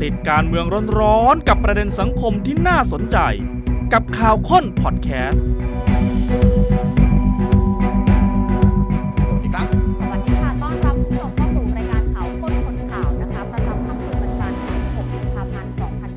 ติดการเมืองร้อนๆกับประเด็นสังคมที่น่าสนใจกับข่าวค้นพอดแคสต์สวัสดีค่ะต้อนรับผู้ชมเข้าสู่รายการข่าวค้นคนข่าวนะคะประจำค่ำคืนวันจันทร์ที่6กุมภาพันธ์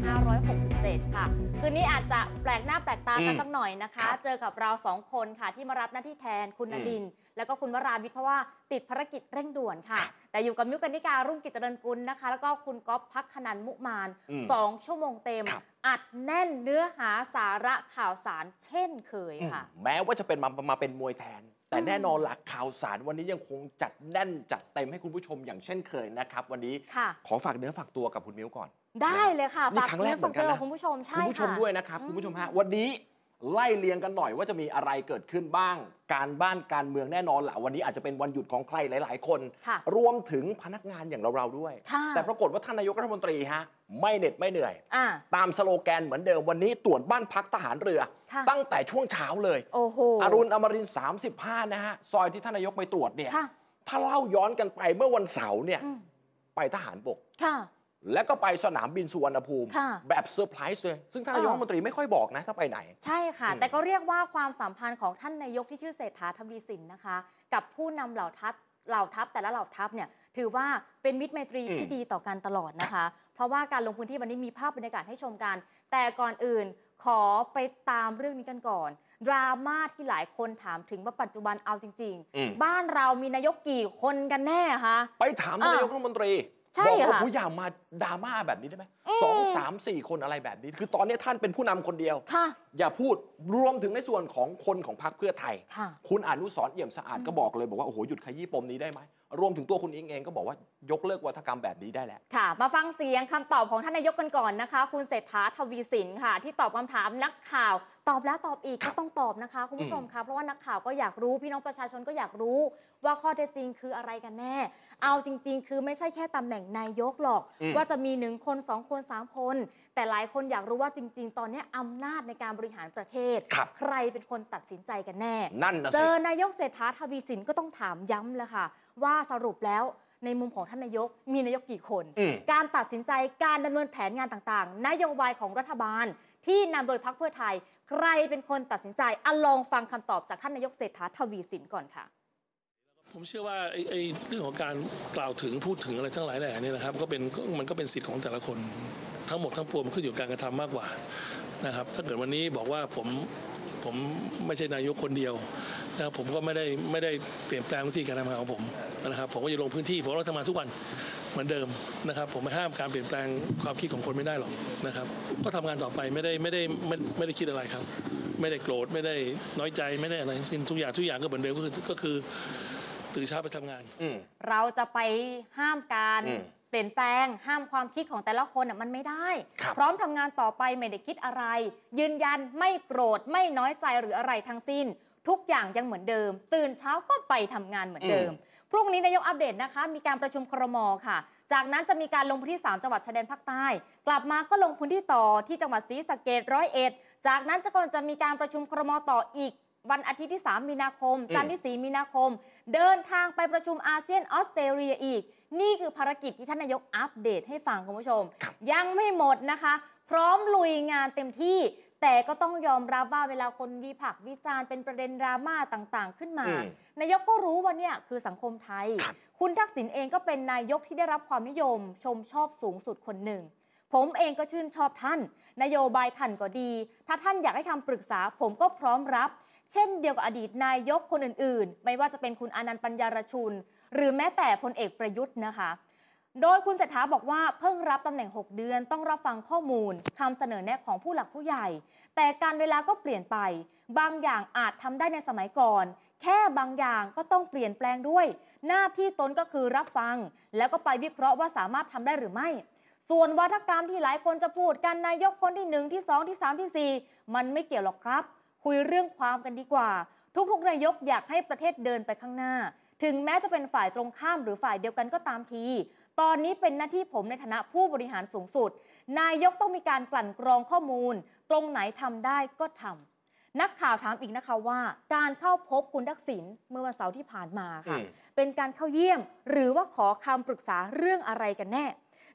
2567ค่ะคืนนี้อาจจะแปลกหน้าแปลกตากันสักหน่อยนะคะเจอกับเรา2คนค่ะที่มารับหน้าที่แทนคุณณลินแล้วก็คุณวราวิทย์เพราะว่าติดภารกิจเร่งด่วนค่ะแต่อยู่กับมิวกัญญิการุ่งกิจเจริญกุลนะคะแล้วก็คุณก๊อฟภัคนันท์มุมาน2 ชั่วโมงเต็มอัดแน่นเนื้อหาสาระข่าวสารเช่นเคยค่ะแม้ว่าจะเป็นมาเป็นมวยแทนแต่แน่นอนหลักข่าวสารวันนี้ยังคงจัดแน่นจัดเต็มให้คุณผู้ชมอย่างเช่นเคยนะครับวันนี้ขอฝากเนื้อฝากตัวกับคุณมิ้วก่อนได้เลยค่ะฝากเนื้อฝากตัวคุณผู้ชมใช่ค่ะคุณผู้ชมด้วยนะครับคุณผู้ชมฮะวันนี้ไล่เรียงกันหน่อยว่าจะมีอะไรเกิดขึ้นบ้างการบ้านการเมืองแน่นอนแหละวันนี้อาจจะเป็นวันหยุดของใครหลายๆคนรวมถึงพนักงานอย่างเราด้วยแต่ปรากฏว่าท่านนายกรัฐมนตรีฮะไม่เหน็ดไม่เหนื่อยตามสโลแกนเหมือนเดิมวันนี้ตรวจบ้านพักทหารเรือตั้งแต่ช่วงเช้าเลยอรุณอมรินทร์35นะฮะซอยที่ท่านนายกไปตรวจเนี่ยถ้าเล่าย้อนกันไปเมื่อวันเสาร์เนี่ยไปทหารบกแล้วก็ไปสนามบินสุวรรณภูมิแบบเซอร์ไพรส์เลยซึ่งท่านนายกรัฐมนตรีไม่ค่อยบอกนะถ้าไปไหนใช่ค่ะแต่ก็เรียกว่าความสัมพันธ์ของท่านนายกที่ชื่อเศรษฐาทวีสินนะคะกับผู้นำเหล่าทัพแต่ละเหล่าทัพเนี่ยถือว่าเป็นมิตรไมตรีที่ดีต่อกันตลอดนะคะเพราะว่าการลงพื้นที่วันนี้มีภาพบรรยากาศให้ชมกันแต่ก่อนอื่นขอไปตามเรื่องนี้กันก่อนดราม่าที่หลายคนถามถึงว่าปัจจุบันเอาจริงๆบ้านเรามีนายกกี่คนกันแน่คะไปถามนายกรัฐมนตรีบอกว่าผู้อย่ามาดราม่าแบบนี้ได้ไหม2 3 4 คนอะไรแบบนี้คือตอนนี้ท่านเป็นผู้นำคนเดียวอย่าพูดรวมถึงในส่วนของคนของพรรคเพื่อไทยคุณอนุสรณ์เอี่ยมสะอาดก็บอกเลยบอกว่าโอ้โหหยุดขยี้ปมนี้ได้ไหมรวมถึงตัวคุณเองก็บอกว่ายกเลิกวัฒกรรมแบบนี้ได้แล้วค่ะมาฟังเสียงคำตอบของท่านนายกกันก่อนนะคะคุณเศรษฐาทวีสินค่ะที่ตอบคำถามนักข่าวตอบแล้วตอบอีกก็ต้องตอบนะคะคุณผู้ชมคะเพราะว่านักข่าวก็อยากรู้พี่น้องประชาชนก็อยากรู้ว่าข้อเท็จจริงคืออะไรกันแน่เอาจริงๆคือไม่ใช่แค่ตำแหน่งนายกหรอกว่าจะมี1 คน 2 คน 3 คนแต่หลายคนอยากรู้ว่าจริงๆตอนนี้อำนาจในการบริหารประเทศใครเป็นคนตัดสินใจกันแน่เจอนายกเศรษฐาทวีสินก็ต้องถามย้ำแล้วค่ะว่าสรุปแล้วในมุมของท่านนายกมีนายกกี่คนการตัดสินใจการดำเนินแผนงานต่างๆนโยบายของรัฐบาลที่นำโดยพรรคเพื่อไทยใครเป็นคนตัดสินใจลองฟังคำตอบจากท่านนายกเศรษฐาทวีสินก่อนค่ะผมเชื่อว่าไอ้เรื่องของการกล่าวถึงพูดถึงอะไรทั้งหลายแหล่นี่นะครับมันก็เป็นสิทธิ์ของแต่ละคนทั้งหมดทั้งปวงมันขึ้นอยู่กับการกระทำมากกว่านะครับถ้าเกิดวันนี้บอกว่าผมไม่ใช่นายกคนเดียวนะครับผมก็ไม่ได้เปลี่ยนแปลงวิธีการทำงานของผมนะครับผมก็จะลงพื้นที่ผมก็ทำงานทุกวันเหมือนเดิมนะครับผมไม่ห้ามการเปลี่ยนแปลงความคิดของคนไม่ได้หรอกนะครับก็ทำงานต่อไปไม่ได้คิดอะไรครับไม่ได้โกรธไม่ได้น้อยใจไม่ได้อะไรทั้งสิ้นทุกอย่างก็เหมือนเดิมก็คือตื่นเช้าไปทำงานเราจะไปห้ามการเปลี่ยนแปลงห้ามความคิดของแต่ละคนมันไม่ได้พร้อมทำงานต่อไปไม่ได้คิดอะไรยืนยันไม่โกรธไม่น้อยใจหรืออะไรทั้งสิ้นทุกอย่างยังเหมือนเดิมตื่นเช้าก็ไปทำงานเหมือนเดิมพรุ่งนี้นายกอัปเดตนะคะมีการประชุมครม.ค่ะจากนั้นจะมีการลงพื้นที่3 จังหวัดชายแดนภาคใต้กลับมาก็ลงพื้นที่ต่อที่จังหวัดศรีสะเกษ101จากนั้นจะมีการประชุมครม.ต่ออีกวันอาทิตย์ที่3 มีนาคมจันทร์ที่4 มีนาคมเดินทางไปประชุมอาเซียนออสเตรเลียอีกนี่คือภารกิจที่ท่านนายกอัปเดตให้ฟังคุณผู้ชมยังไม่หมดนะคะพร้อมลุยงานเต็มที่แต่ก็ต้องยอมรับว่าเวลาคนวิพากษ์วิจารณ์เป็นประเด็นดราม่าต่างๆขึ้นมานายกก็รู้ว่าเนี่ยคือสังคมไทยคุณทักษิณเองก็เป็นนายกที่ได้รับความนิยมชมชอบสูงสุดคนหนึ่งผมเองก็ชื่นชอบท่านนโยบายท่านก็ดีถ้าท่านอยากให้คำปรึกษาผมก็พร้อมรับเช่นเดียวกับอดีตนายกคนอื่นๆไม่ว่าจะเป็นคุณอนันต์ปัญญารชุนหรือแม้แต่พลเอกประยุทธ์นะคะโดยคุณเศรษฐาบอกว่าเพิ่งรับตำแหน่ง6 เดือนต้องรับฟังข้อมูลคำเสนอแนะของผู้หลักผู้ใหญ่แต่การเวลาก็เปลี่ยนไปบางอย่างอาจทำได้ในสมัยก่อนแค่บางอย่างก็ต้องเปลี่ยนแปลงด้วยหน้าที่ตนก็คือรับฟังแล้วก็ไปวิเคราะห์ว่าสามารถทำได้หรือไม่ส่วนวาทกรรมที่หลายคนจะพูดกันนายกคนที่1ที่2ที่3ที่4มันไม่เกี่ยวหรอกครับคุยเรื่องความกันดีกว่าทุกๆนายกอยากให้ประเทศเดินไปข้างหน้าถึงแม้จะเป็นฝ่ายตรงข้ามหรือฝ่ายเดียวกันก็ตามทีตอนนี้เป็นหน้าที่ผมในฐานะผู้บริหารสูงสุดนายกต้องมีการกลั่นกรองข้อมูลตรงไหนทำได้ก็ทำนักข่าวถามอีกนะคะว่าการเข้าพบคุณทักษิณเมื่อวันเสาร์ที่ผ่านมาค่ะเป็นการเข้าเยี่ยมหรือว่าขอคำปรึกษาเรื่องอะไรกันแน่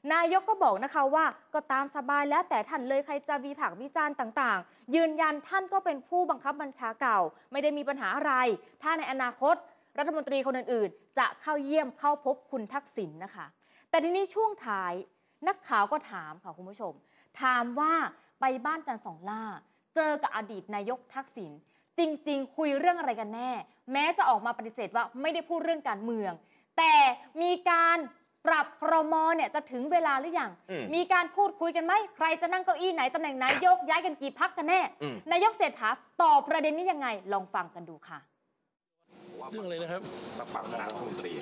นายกก็บอกนะคะว่าก็ตามสบายแล้วแต่ท่านเลยใครจะวิพากษ์วิจารณ์ต่างๆยืนยันท่านก็เป็นผู้บังคับบัญชาเก่าไม่ได้มีปัญหาอะไรถ้าในอนาคตรัฐมนตรีคนอื่นๆจะเข้าเยี่ยมเข้าพบคุณทักษิณนะคะแต่ทีนี้ช่วงท้ายนักข่าวก็ถามค่ะคุณผู้ชมถามว่าไปบ้านจันทร์สองล่าเจอกับอดีตนายกทักษิณจริงๆคุยเรื่องอะไรกันแน่แม้จะออกมาปฏิเสธว่าไม่ได้พูดเรื่องการเมืองแต่มีการปรับครม.เนี่ยจะถึงเวลาหรือยังมีการพูดคุยกันไหมใครจะนั่งเก้าอี้ไหนตำแหน่งไหนยกย้ายกันกี่พักกันแน่นายกเศรษฐาตอบประเด็นนี้ยังไงลองฟังกันดูค่ะเรื่องอะไรนะครับปรับคณะรัฐมนตรี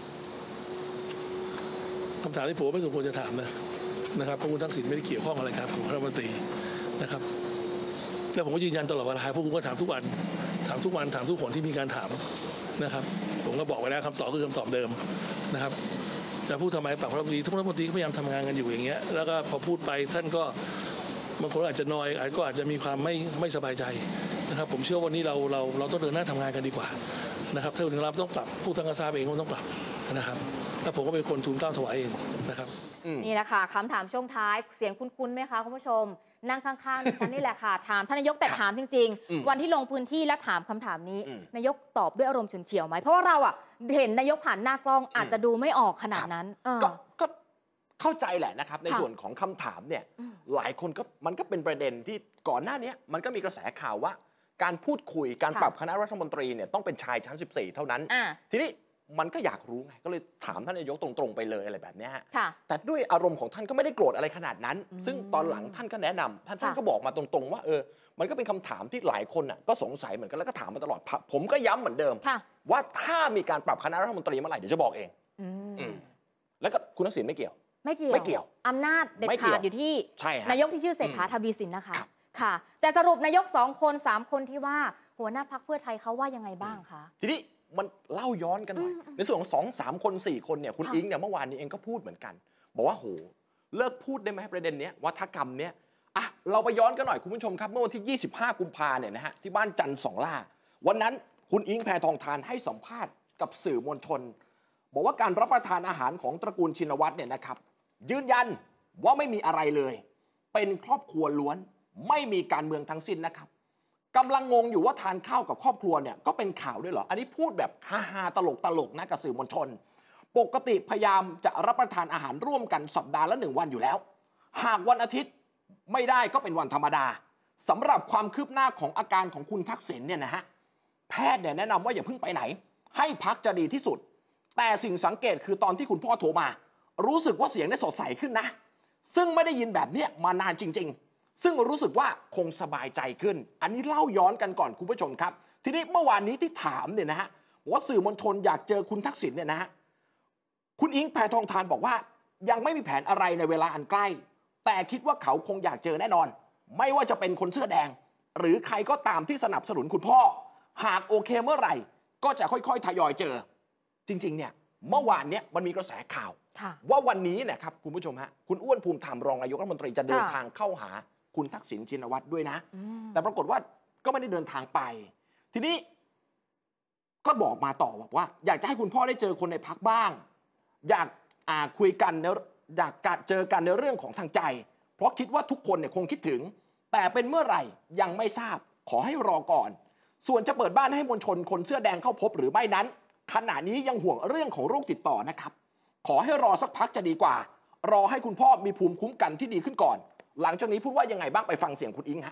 คำถามที่ผมไม่สมควรจะถามนะครับเพราะคุณทักษิณไม่ได้เกี่ยวข้องอะไรครับของรัฐมนตรีนะครับแล้วผมก็ยืนยันตลอดเวลาพวกคุณก็ถามทุกวันถามทุกคนที่มีการถามนะครับผมก็บอกไว้แล้วคำตอบคือคำตอบเดิมนะครับจะพูดทำไมปรับรัฐมนตรีทุกรัฐมนตรีก็พยายามทำงานกันอยู่อย่างเงี้ยแล้วก็พอพูดไปท่านก็บางคนอาจจะนอยก็อาจจะมีความไม่สบายใจนะครับผมเชื่อวันนี้เราต้องเดินหน้าทำงานกันดีกว่านะครับถ้าถึงเราต้องปรับผู้ตั้งกระทรวงเองก็ต้องปรับนะครับแล้วผมก็เป็นคนทูลเกล้าถวายเองนะครับนี่แหละค่ะคำถามช่วงท้ายเสียงคุ้นๆไหมคะคุณผู้ชมนั่งข้างๆดิฉันนี่แหละค่ะถามท่านนายกแต่ถามจริงๆวันที่ลงพื้นที่และถามคำถามนี้นายกตอบด้วยอารมณ์ฉุนเฉียวไหมเพราะว่าเราเห็นนายกผ่านหน้ากล้องอาจจะดูไม่ออกขนาดนั้นก็เข้าใจแหละนะครับในส่วนของคำถามเนี่ยหลายคนก็มันก็เป็นประเด็นที่ก่อนหน้านี้มันก็มีกระแสข่าวว่าการพูดคุยการปรับคณะรัฐมนตรีเนี่ยต้องเป็นชายชั้น14เท่านั้นทีนี้มันก็อยากรู้ไงก็เลยถามท่านนายกตรงๆไปเลยอะไรแบบนี้แต่ด้วยอารมณ์ของท่านก็ไม่ได้โกรธอะไรขนาดนั้นซึ่งตอนหลังท่านก็แนะนำท่านก็บอกมาตรงๆว่ามันก็เป็นคำถามที่หลายคนก็สงสัยเหมือนกันแล้วก็ถามมาตลอดผมก็ย้ำเหมือนเดิมว่าถ้ามีการปรับคณะรัฐมนตรีเมื่อไหร่เดี๋ยวจะบอกเองแล้วก็คุณทักษิณไม่เกี่ยวอำนาจเด็ดขาดอยู่ที่นายกที่ชื่อเศรษฐาทวีสินนะคะค่ะแต่สรุปนายก2 คน 3 คนที่ว่าหัวหน้าพรรคเพื่อไทยเขาว่ายังไงบ้างคะทีนี้มันเล่าย้อนกันหน่อยในส่วนของ2-3 คน 4 คนเนี่ยคุณอิงเนี่ยเมื่อวานนี้เองก็พูดเหมือนกันบอกว่าโหเลิกพูดได้ไหมประเด็นนี้วัฒกรรมเนี้ยเราไปย้อนกันหน่อยคุณผู้ชมครับเมื่อวันที่25 กุมภาเนี่ยนะฮะที่บ้านจันทร์สองล่าวันนั้นคุณอิงแพทองธารให้สัมภาษณ์กับสื่อมวลชนบอกว่าการรับประทานอาหารของตระกูลชินวัตรเนี่ยนะครับยืนยันว่าไม่มีอะไรเลยเป็นครอบครัวล้วนไม่มีการเมืองทั้งสิ้นนะครับกำลังงงอยู่ว่าทานข้าวกับครอบครัวเนี่ยก็เป็นข่าวด้วยเหรออันนี้พูดแบบฮาๆตลกๆนะกับสื่อมวลชนปกติพยายามจะรับประทานอาหารร่วมกันสัปดาห์ละ1 วันอยู่แล้วหากวันอาทิตย์ไม่ได้ก็เป็นวันธรรมดาสำหรับความคืบหน้าของอาการของคุณทักษิณเนี่ยนะฮะแพทย์เนี่ยแนะนำว่าอย่าเพิ่งไปไหนให้พักจะดีที่สุดแต่สิ่งสังเกตคือตอนที่คุณพ่อโทรมารู้สึกว่าเสียงได้สดใสขึ้นนะซึ่งไม่ได้ยินแบบนี้มานานจริงๆซึ่งรู้สึกว่าคงสบายใจขึ้นอันนี้เล่าย้อนกันก่อนคุณผู้ชมครับทีนี้เมื่อวานนี้ที่ถามเนี่ยนะฮะว่าสื่อมวลชนอยากเจอคุณทักษิณเนี่ยนะฮะคุณอิงแพทองธารบอกว่ายังไม่มีแผนอะไรในเวลาอันใกล้แต่คิดว่าเขาคงอยากเจอแน่นอนไม่ว่าจะเป็นคนเสื้อแดงหรือใครก็ตามที่สนับสนุนคุณพ่อหากโอเคเมื่อไหร่ก็จะค่อยๆทยอยเจอจริงๆเนี่ยเมื่อวานนี้มันมีกระแสข่าวว่าวันนี้เนี่ยครับคุณผู้ชมฮะคุณอ้วนภูมิธรรมรองนายกรัฐมนตรีจะเดินทางเข้าหาคุณทักษิณชินวัตรด้วยนะแต่ปรากฏว่าก็ไม่ได้เดินทางไปทีนี้ก็บอกมาต่อว่าอยากจะให้คุณพ่อได้เจอคนในพรรคบ้างอยากคุยกันอยากเจอกันในเรื่องของทางใจเพราะคิดว่าทุกคนเนี่ยคงคิดถึงแต่เป็นเมื่อไหร่ยังไม่ทราบขอให้รอก่อนส่วนจะเปิดบ้านให้มวลชนคนเสื้อแดงเข้าพบหรือไม่นั้นขณะนี้ยังห่วงเรื่องของโรคติดต่อนะครับขอให้รอสักพักจะดีกว่ารอให้คุณพ่อมีภูมิคุ้มกันที่ดีขึ้นก่อนหลังจากนี้พูดว่ายังไงบ้างไปฟังเสียงคุณอิงฮะ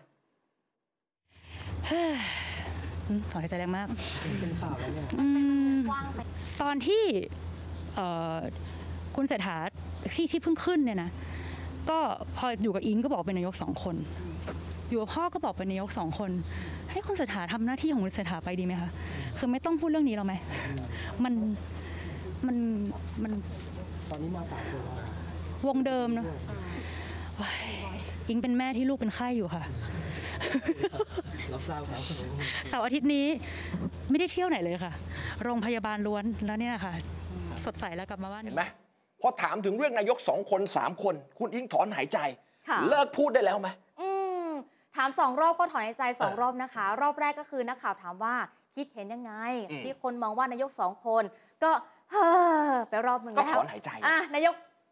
ถอนหายใจแรงมากเป็นข่าวแล้วเนี่ยตอนที่คุณเศรษฐาที่เพิ่งขึ้นเนี่ยนะก็พออยู่กับอิงก็บอกเป็นนายก2 คนอยู่กับพ่อก็บอกเป็นนายก2 คนให้คุณเศรษฐาทำหน้าที่ของคุณเศรษฐาไปดีไหมคะคือไม่ต้องพูดเรื่องนี้แล้วไหมมันตอนนี้มา3 คนวงเดิมเนาะอิงเป็นแม่ที่ลูกเป็นไข้อยู่ค่ะรับทราบครับเสาร์อาทิตย์นี้ไม่ได้เที่ยวไหนเลยค่ะโรงพยาบาลล้วนแล้วเนี่ยค่ะสดใสแล้วกลับมาบ้านเห็นไหมพอถามถึงเรื่องนายก2 คน 3 คนคุณอิงถอนหายใจเลิกพูดได้แล้วไหมถาม2 รอบก็ถอนหายใจ2 รอบนะคะรอบแรกก็คือนักข่าวถามว่าคิดเห็นยังไงที่คนมองว่านายก2 คนก็ไปรอบนึงแล้วก็ถอนหายใจนายก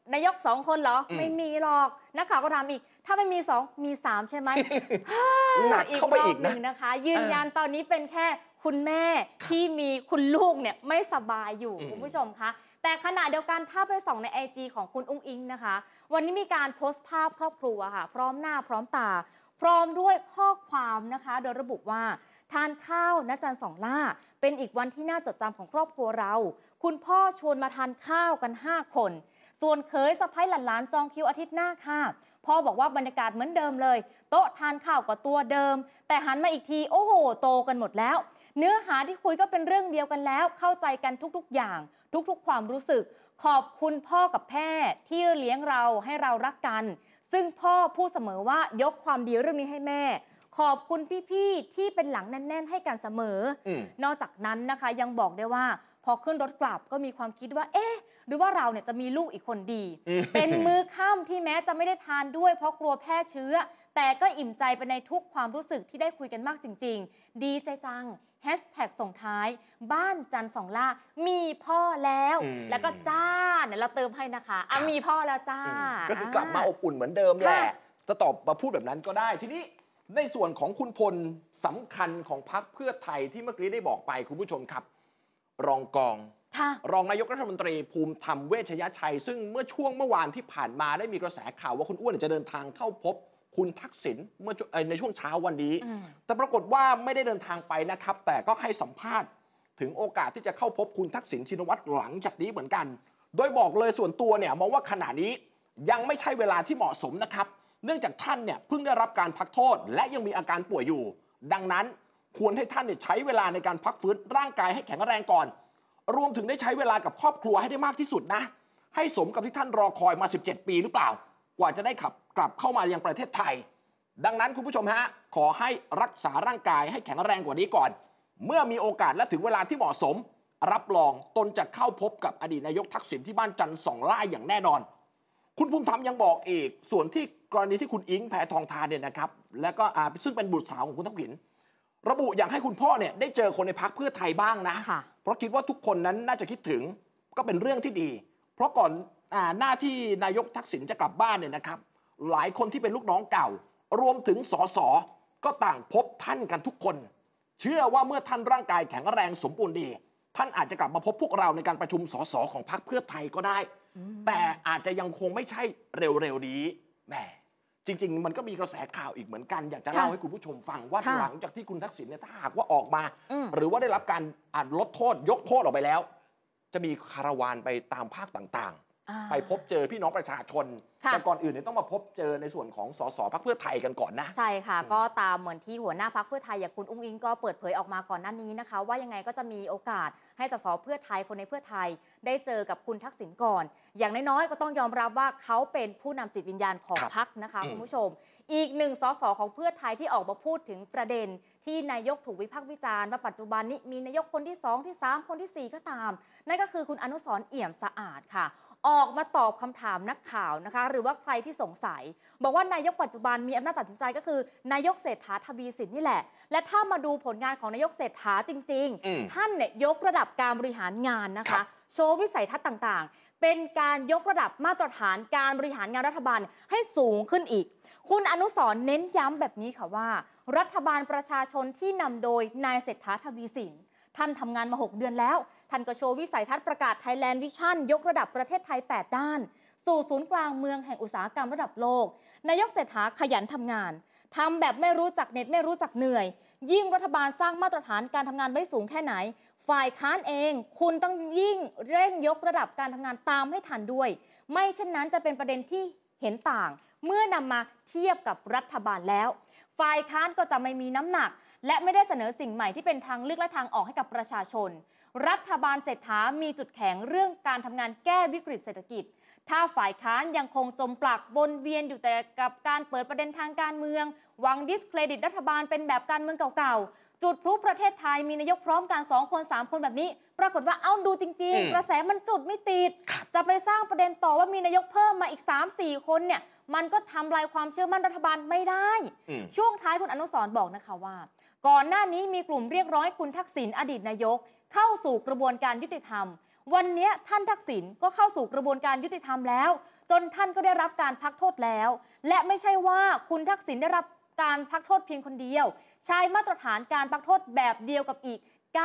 นายก2 คนเหรอไม่มีหรอกนักข่าวก็ถามอีกถ้าไม่มี2มี3ใช่ไหมหนักเข้าไปอีกรบหนึ่งนะคะ ยืนยันตอนนี้เป็นแค่คุณแม่ที่มีคุณลูกเนี่ยไม่สบายอยู่คุณผู้ชมคะแต่ขณะเดียวกันถ้าไปส่องใน IG ของคุณอุ้งอิงนะคะวันนี้มีการโพสต์ภาพครอบครัวค่ะพร้อมหน้าพร้อมตาพร้อมด้วยข้อความนะคะโดยระบุว่าทานข้าวณจันทร์2 ล่าเป็นอีกวันที่น่าจดจำของครอบครัวเราคุณพ่อชวนมาทานข้าวกัน5 คนส่วนเคยสะใภ้หลานๆจองคิวอาทิตย์หน้าค่ะพ่อบอกว่าบรรยากาศเหมือนเดิมเลยโต๊ะทานข้าวก็ตัวเดิมแต่หันมาอีกทีโอ้โหโตกันหมดแล้วเนื้อหาที่คุยก็เป็นเรื่องเดียวกันแล้วเข้าใจกันทุกๆอย่างทุกๆความรู้สึกขอบคุณพ่อกับแม่ที่เลี้ยงเราให้เรารักกันซึ่งพ่อพูดเสมอว่ายกความดีเรื่องนี้ให้แม่ขอบคุณพี่ๆที่เป็นหลังแน่นๆให้กันเสมอนอกจากนั้นนะคะยังบอกได้ว่าพอขึ้นรถกลับก็มีความคิดว่าเอ๊ะหรือว่าเราเนี่ยจะมีลูกอีกคนดี เป็นมื้อค่ำที่แม้จะไม่ได้ทานด้วยเพราะกลัวแพร่เชื้อแต่ก็อิ่มใจไปในทุกความรู้สึกที่ได้คุยกันมากจริงๆดีใจจังแฮชแท็กส่งท้ายบ้านจันทร์2 ล่ามีพ่อแล้วแล้วก็จ้าเนี่ยเราเติมให้นะคะมีพ่อแล้วจ้าก็คือกลับมาอบอุ่นเหมือนเดิมแหละจะตอบมาพูดแบบนั้นก็ได้ทีนี้ในส่วนของคุณพลสำคัญของพรรคเพื่อไทยที่เมื่อกี้ได้บอกไปคุณผู้ชมครับรองกองรองนายกรัฐมนตรีภูมิธรรมเวชยชัยซึ่งเมื่อช่วงเมื่อวานที่ผ่านมาได้มีกระแสข่าวว่าคุณอ้วนจะเดินทางเข้าพบคุณทักษิณเมื่อในช่วงเช้าวันนี้แต่ปรากฏว่าไม่ได้เดินทางไปนะครับแต่ก็ให้สัมภาษณ์ถึงโอกาสที่จะเข้าพบคุณทักษิณชินวัตรหลังจากนี้เหมือนกันโดยบอกเลยส่วนตัวเนี่ยมองว่าขณะนี้ยังไม่ใช่เวลาที่เหมาะสมนะครับเนื่องจากท่านเนี่ยเพิ่งได้รับการพักโทษและยังมีอาการป่วยอยู่ดังนั้นควรให้ท่านเนี่ยใช้เวลาในการพักฟื้นร่างกายให้แข็งแรงก่อนรวมถึงได้ใช้เวลากับครอบครัวให้ได้มากที่สุดนะให้สมกับที่ท่านรอคอยมา17 ปีหรือเปล่ากว่าจะได้กลับเข้ามายังประเทศไทยดังนั้นคุณผู้ชมฮะขอให้รักษาร่างกายให้แข็งแรงกว่านี้ก่อนเมื่อมีโอกาสและถึงเวลาที่เหมาะสมรับรองตนจะเข้าพบกับอดีตนายกทักษิณที่บ้านจันทร์2 ล่าอย่างแน่นอนคุณภูมิธรรมยังบอกอีกส่วนที่กรณีที่คุณอิงแพทองทานเนี่ยนะครับและก็ซึ่งเป็นบุตรสาวของคุณทักษิณระบุอยากให้คุณพ่อเนี่ยได้เจอคนในพรรคเพื่อไทยบ้างนะเพราะคิดว่าทุกคนนั้นน่าจะคิดถึงก็เป็นเรื่องที่ดีเพราะก่อนหน้าที่นายกทักษิณจะกลับบ้านเนี่ยนะครับหลายคนที่เป็นลูกน้องเก่ารวมถึงสสก็ต่างพบท่านกันทุกคนเชื่อว่าเมื่อท่านร่างกายแข็งแรงสมบูรณ์ดีท่านอาจจะกลับมาพบพวกเราในการประชุมสสของพรรคเพื่อไทยก็ได้แต่อาจจะยังคงไม่ใช่เร็วๆนี้แหมจริงๆมันก็มีกระแสข่าวอีกเหมือนกันอยากจะเล่าให้คุณผู้ชมฟังว่าหลังจากที่คุณทักษิณเนี่ยถ้าหากว่าออกมาหรือว่าได้รับการลดโทษยกโทษออกไปแล้วจะมีคาราวานไปตามภาคต่างๆไปพบเจอพี่น้องประชาชนแต่ก่อนอื่นเนี่ยต้องมาพบเจอในส่วนของสสพรรคเพื่อไทยกันก่อนนะใช่ค่ะก็ตามเหมือนที่หัวหน้าพรรคเพื่อไทยอย่างคุณอุ้งอิงก็เปิดเผยออกมาก่อนหน้านี้นะคะว่ายังไงก็จะมีโอกาสให้สสเพื่อไทยคนในเพื่อไทยได้เจอกับคุณทักษิณก่อนอย่างน้อยๆก็ต้องยอมรับว่าเขาเป็นผู้นำจิตวิญญาณของพรรคนะคะคุณผู้ชมอีกหนึ่งสสของเพื่อไทยที่ออกมาพูดถึงประเด็นที่นายกถูกวิพากษ์วิจารณ์ว่าปัจจุบันนี้มีนายกคนที่2ที่3คนที่4ก็ตามนั่นก็คือคุณอนุสรณ์เอี่ยมสะอาดค่ะออกมาตอบคำถามนักข่าวนะคะหรือว่าใครที่สงสัยบอกว่านายกปัจจุบันมีอำนาจตัดสินใจก็คือนายกเศรษฐาทวีสินนี่แหละและถ้ามาดูผลงานของนายกเศรษฐาจริงๆท่านเนี่ยยกระดับการบริหารงานนะคะโชว์วิสัยทัศน์ต่างๆเป็นการยกระดับมาตรฐานการบริหารงานรัฐบาลให้สูงขึ้นอีกคุณอนุสรณ์เน้นย้ำแบบนี้ค่ะว่ารัฐบาลประชาชนที่นำโดยนายเศรษฐาทวีสินท่านทำงานมา6 เดือนแล้วท่านก็โชว์วิสัยทัศน์ประกาศ Thailand Vision ยกระดับประเทศไทย8 ด้านสู่ศูนย์กลางเมืองแห่งอุตสาหกรรมระดับโลกนายกเศรษฐาขยันทำงานทำแบบไม่รู้จักเหน็ดไม่รู้จักเหนื่อยยิ่งรัฐบาลสร้างมาตรฐานการทำงานไว้สูงแค่ไหนฝ่ายค้านเองคุณต้องยิ่งเร่งยกระดับการทำงานตามให้ทันด้วยไม่เช่นนั้นจะเป็นประเด็นที่เห็นต่างเมื่อนำมาเทียบกับรัฐบาลแล้วฝ่ายค้านก็จะไม่มีน้ำหนักและไม่ได้เสนอสิ่งใหม่ที่เป็นทางเลือกและทางออกให้กับประชาชนรัฐบาลเศรษฐามีจุดแข็งเรื่องการทำงานแก้วิกฤตเศรษฐกิจถ้าฝ่ายค้านยังคงจมปลักวนเวียนอยู่แต่กับการเปิดประเด็นทางการเมืองหวังดิสเครดิตรัฐบาลเป็นแบบการเมืองเก่าๆจุดพลุประเทศไทยมีนายกพร้อมกัน2 คน3 คนแบบนี้ปรากฏว่าดูจริงๆกระแสมันจุดไม่ติดจะไปสร้างประเด็นต่อว่ามีนายกเพิ่มมาอีก 3-4 คนเนี่ยมันก็ทำลายความเชื่อมั่นรัฐบาลไม่ได้ช่วงท้ายคุณอนุสรณ์บอกนะคะว่าก่อนหน้านี้มีกลุ่มเรียกร้องให้คุณทักษิณอดีตนายกเข้าสู่กระบวนการยุติธรรมวันนี้ท่านทักษิณก็เข้าสู่กระบวนการยุติธรรมแล้วจนท่านก็ได้รับการพักโทษแล้วและไม่ใช่ว่าคุณทักษิณได้รับการพักโทษเพียงคนเดียวใช้มาตรฐานการพักโทษแบบเดียวกับอีก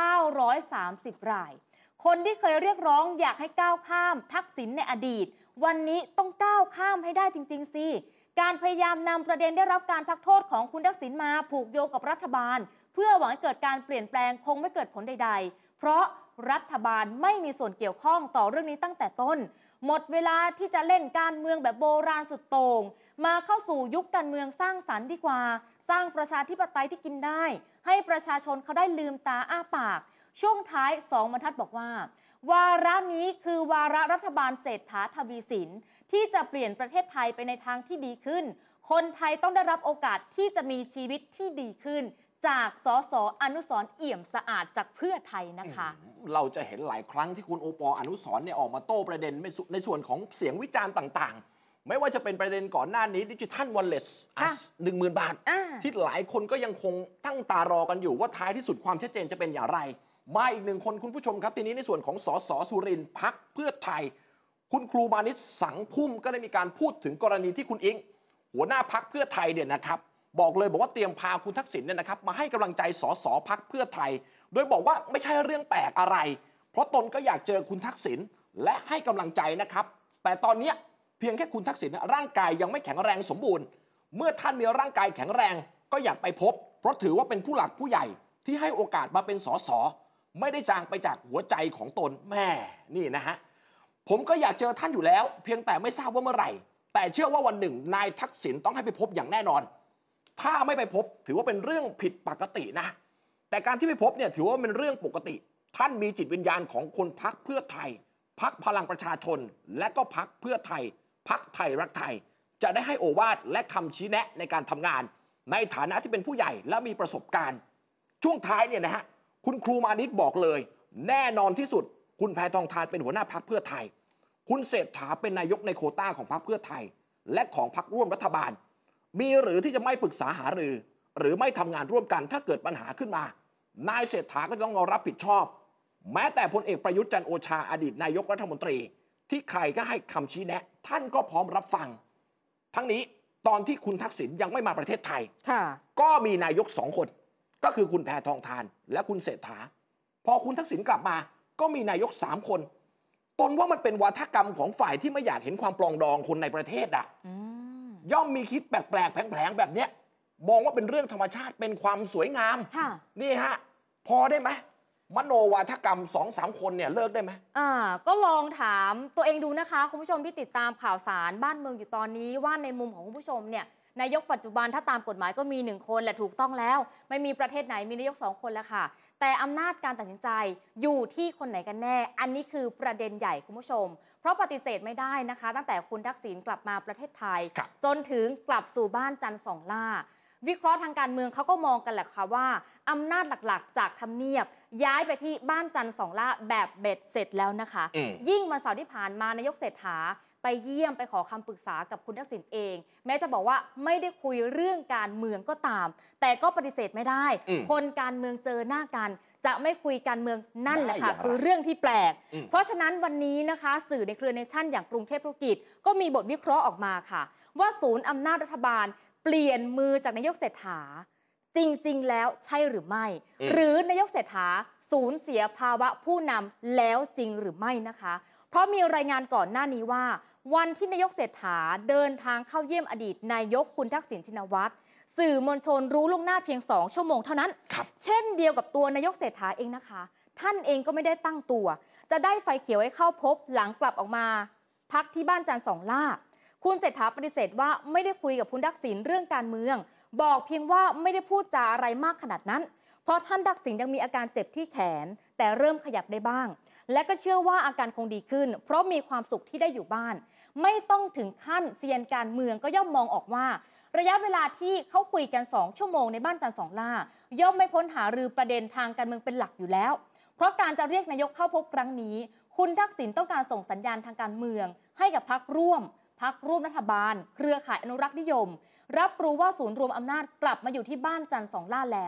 930 รายคนที่เคยเรียกร้องอยากให้ก้าวข้ามทักษิณในอดีตวันนี้ต้องก้าวข้ามให้ได้จริงๆสิการพยายามนำประเด็นได้รับการพักโทษของคุณทักษิณมาผูกโยงกับรัฐบาลเพื่อหวังให้เกิดการเปลี่ยนแปลงคงไม่เกิดผลใดๆเพราะรัฐบาลไม่มีส่วนเกี่ยวข้องต่อเรื่องนี้ตั้งแต่ต้นหมดเวลาที่จะเล่นการเมืองแบบโบราณสุดโต่งมาเข้าสู่ยุคการเมืองสร้างสรรค์ดีกว่าสร้างประชาธิปไตยที่กินได้ให้ประชาชนเขาได้ลืมตาอ้าปากช่วงท้าย2 บรรทัดบอกว่าวาระนี้คือวาระรัฐบาลเศรษฐาทวีสินที่จะเปลี่ยนประเทศไทยไปในทางที่ดีขึ้นคนไทยต้องได้รับโอกาสที่จะมีชีวิตที่ดีขึ้นจากสส.อนุสรณ์เอี่ยมสะอาดจากเพื่อไทยนะคะเราจะเห็นหลายครั้งที่คุณโอปอล์อนุสรณ์เนี่ยออกมาโต้ประเด็นในส่วนของเสียงวิจารณ์ต่างๆไม่ว่าจะเป็นประเด็นก่อนหน้านี้ดิจิทัลวอลเล็ต 10,000 บาทที่หลายคนก็ยังคงตั้งตารอกันอยู่ว่าท้ายที่สุดความชัดเจนจะเป็นอย่างไรมาอีก1 คนคุณผู้ชมครับทีนี้ในส่วนของสส.สุรินทร์พรรคเพื่อไทยคุณครูมานิชสังพุ่มก็ได้มีการพูดถึงกรณีที่คุณอิงหัวหน้าพรรคเพื่อไทยเนี่ยนะครับบอกเลยบอกว่าเตรียมพาคุณทักษิณเนี่ยนะครับมาให้กำลังใจสส.พรรคเพื่อไทยโดยบอกว่าไม่ใช่เรื่องแปลกอะไรเพราะตนก็อยากเจอคุณทักษิณและให้กำลังใจนะครับแต่ตอนนี้เพียงแค่คุณทักษิณร่างกายยังไม่แข็งแรงสมบูรณ์เมื่อท่านมีร่างกายแข็งแรงก็อยากไปพบเพราะถือว่าเป็นผู้หลักผู้ใหญ่ที่ให้โอกาสมาเป็นสส.ไม่ได้จางไปจากหัวใจของตนแม่นี่นะฮะผมก็อยากเจอท่านอยู่แล้วเพียงแต่ไม่ทราบว่าเมื่อไหร่แต่เชื่อว่าวันหนึ่งนายทักษิณต้องให้ไปพบอย่างแน่นอนถ้าไม่ไปพบถือว่าเป็นเรื่องผิดปกตินะแต่การที่ไปพบเนี่ยถือว่าเป็นเรื่องปกติท่านมีจิตวิญญาณของคนพรรคเพื่อไทยพรรคพลังประชาชนและก็พรรคเพื่อไทยพรรคไทยรักไทยจะได้ให้โอวาทและคำชี้แนะในการทำงานในฐานะที่เป็นผู้ใหญ่และมีประสบการณ์ช่วงท้ายเนี่ยนะฮะคุณครูมานิชบอกเลยแน่นอนที่สุดคุณแพทองธารเป็นหัวหน้าพรรคเพื่อไทยคุณเศรษฐาเป็นนายกในโควต้าของพรรคเพื่อไทยและของพรรคร่วมรัฐบาลมีหรือที่จะไม่ปรึกษาหารือหรือไม่ทำงานร่วมกันถ้าเกิดปัญหาขึ้นมานายเศรษฐาก็ต้องรับผิดชอบแม้แต่พลเอกประยุทธ์จันทร์โอชาอดีตนายกรัฐมนตรีที่ใครก็ให้คำชี้แนะท่านก็พร้อมรับฟังทั้งนี้ตอนที่คุณทักษิณยังไม่มาประเทศไทยก็มีนายก2 คนก็คือคุณแพทองธารและคุณเศรษฐาพอคุณทักษิณกลับมาก็มีนายก3 คนตนว่ามันเป็นวาทกรรมของฝ่ายที่ไม่อยากเห็นความปรองดองคนในประเทศย่อมมีคิดแปลกๆแผลงๆแบบเนี้ยมองว่าเป็นเรื่องธรรมชาติเป็นความสวยงามนี่ฮะพอได้ไหมมโนวาทกรรม 2-3 คนเนี่ยเลิกได้ไหมก็ลองถามตัวเองดูนะคะคุณผู้ชมที่ติดตามข่าวสารบ้านเมืองอยู่ตอนนี้ว่าในมุมของคุณผู้ชมเนี่ยนายกปัจจุบันถ้าตามกฎหมายก็มี1 คนแหละถูกต้องแล้วไม่มีประเทศไหนมีนายก2 คนแล้วค่ะแต่อำนาจการตัดสินใจอยู่ที่คนไหนกันแน่อันนี้คือประเด็นใหญ่คุณผู้ชมเพราะปฏิเสธไม่ได้นะคะตั้งแต่คุณทักษิณกลับมาประเทศไทยจนถึงกลับสู่บ้านจันทร์2 ล่าวิเคราะห์ทางการเมืองเขาก็มองกันแหละค่ะว่าอำนาจหลักๆจากทำเนียบย้ายไปที่บ้านจันทร์2 ล่าแบบเบ็ดเสร็จแล้วนะคะยิ่งวันเสาร์ที่ผ่านมานายกเศรษฐาไปเยี่ยมไปขอคำปรึกษากับคุณทักษิณเองแม้จะบอกว่าไม่ได้คุยเรื่องการเมืองก็ตามแต่ก็ปฏิเสธไม่ได้คนการเมืองเจอหน้ากันจะไม่คุยการเมืองนั่นแหละค่ะคือเรื่องที่แปลกเพราะฉะนั้นวันนี้นะคะสื่อในเครือเนชั่นอย่างกรุงเทพธุรกิจก็มีบทวิเคราะห์ออกมาค่ะว่าศูนย์อำนาจรัฐบาลเปลี่ยนมือจากนายกเศรษฐาจริงๆแล้วใช่หรือไม่หรือนายกเศรษฐาสูญเสียภาวะผู้นำแล้วจริงหรือไม่นะคะเพราะมีรายงานก่อนหน้านี้ว่าวันที่นายกเศรษฐาเดินทางเข้าเยี่ยมอดีตนายกคุณทักษิณชินวัตรสื่อมวลชนรู้ล่วงหน้าเพียง2 ชั่วโมงเท่านั้นเช่นเดียวกับตัวนายกเศรษฐาเองนะคะท่านเองก็ไม่ได้ตั้งตัวจะได้ไฟเขียวให้เข้าพบหลังกลับออกมาพักที่บ้านจันทร์2 ล่าคุณเศรษฐาปฏิเสธว่าไม่ได้คุยกับคุณทักษิณเรื่องการเมืองบอกเพียงว่าไม่ได้พูดจาอะไรมากขนาดนั้นเพราะท่านทักษิณยังมีอาการเจ็บที่แขนแต่เริ่มขยับได้บ้างและก็เชื่อว่าอาการคงดีขึ้นเพราะมีความสุขที่ได้อยู่บ้านไม่ต้องถึงขั้นเซียนการเมืองก็ย่อมมองออกว่าระยะเวลาที่เขาคุยกัน2 ชั่วโมงในบ้านจันทร์2 ล่าย่อมไม่พ้นหารือประเด็นทางการเมืองเป็นหลักอยู่แล้วเพราะการจะเรียกนายกเข้าพบครั้งนี้คุณทักษิณต้องการส่งสัญญาณทางการเมืองให้กับพรรคร่วมรัฐบาลเครือข่ายอนุรักษ์นิยมรับรู้ว่าศูนย์รวมอำนาจกลับมาอยู่ที่บ้านจันทร์2 ล่าแล้ว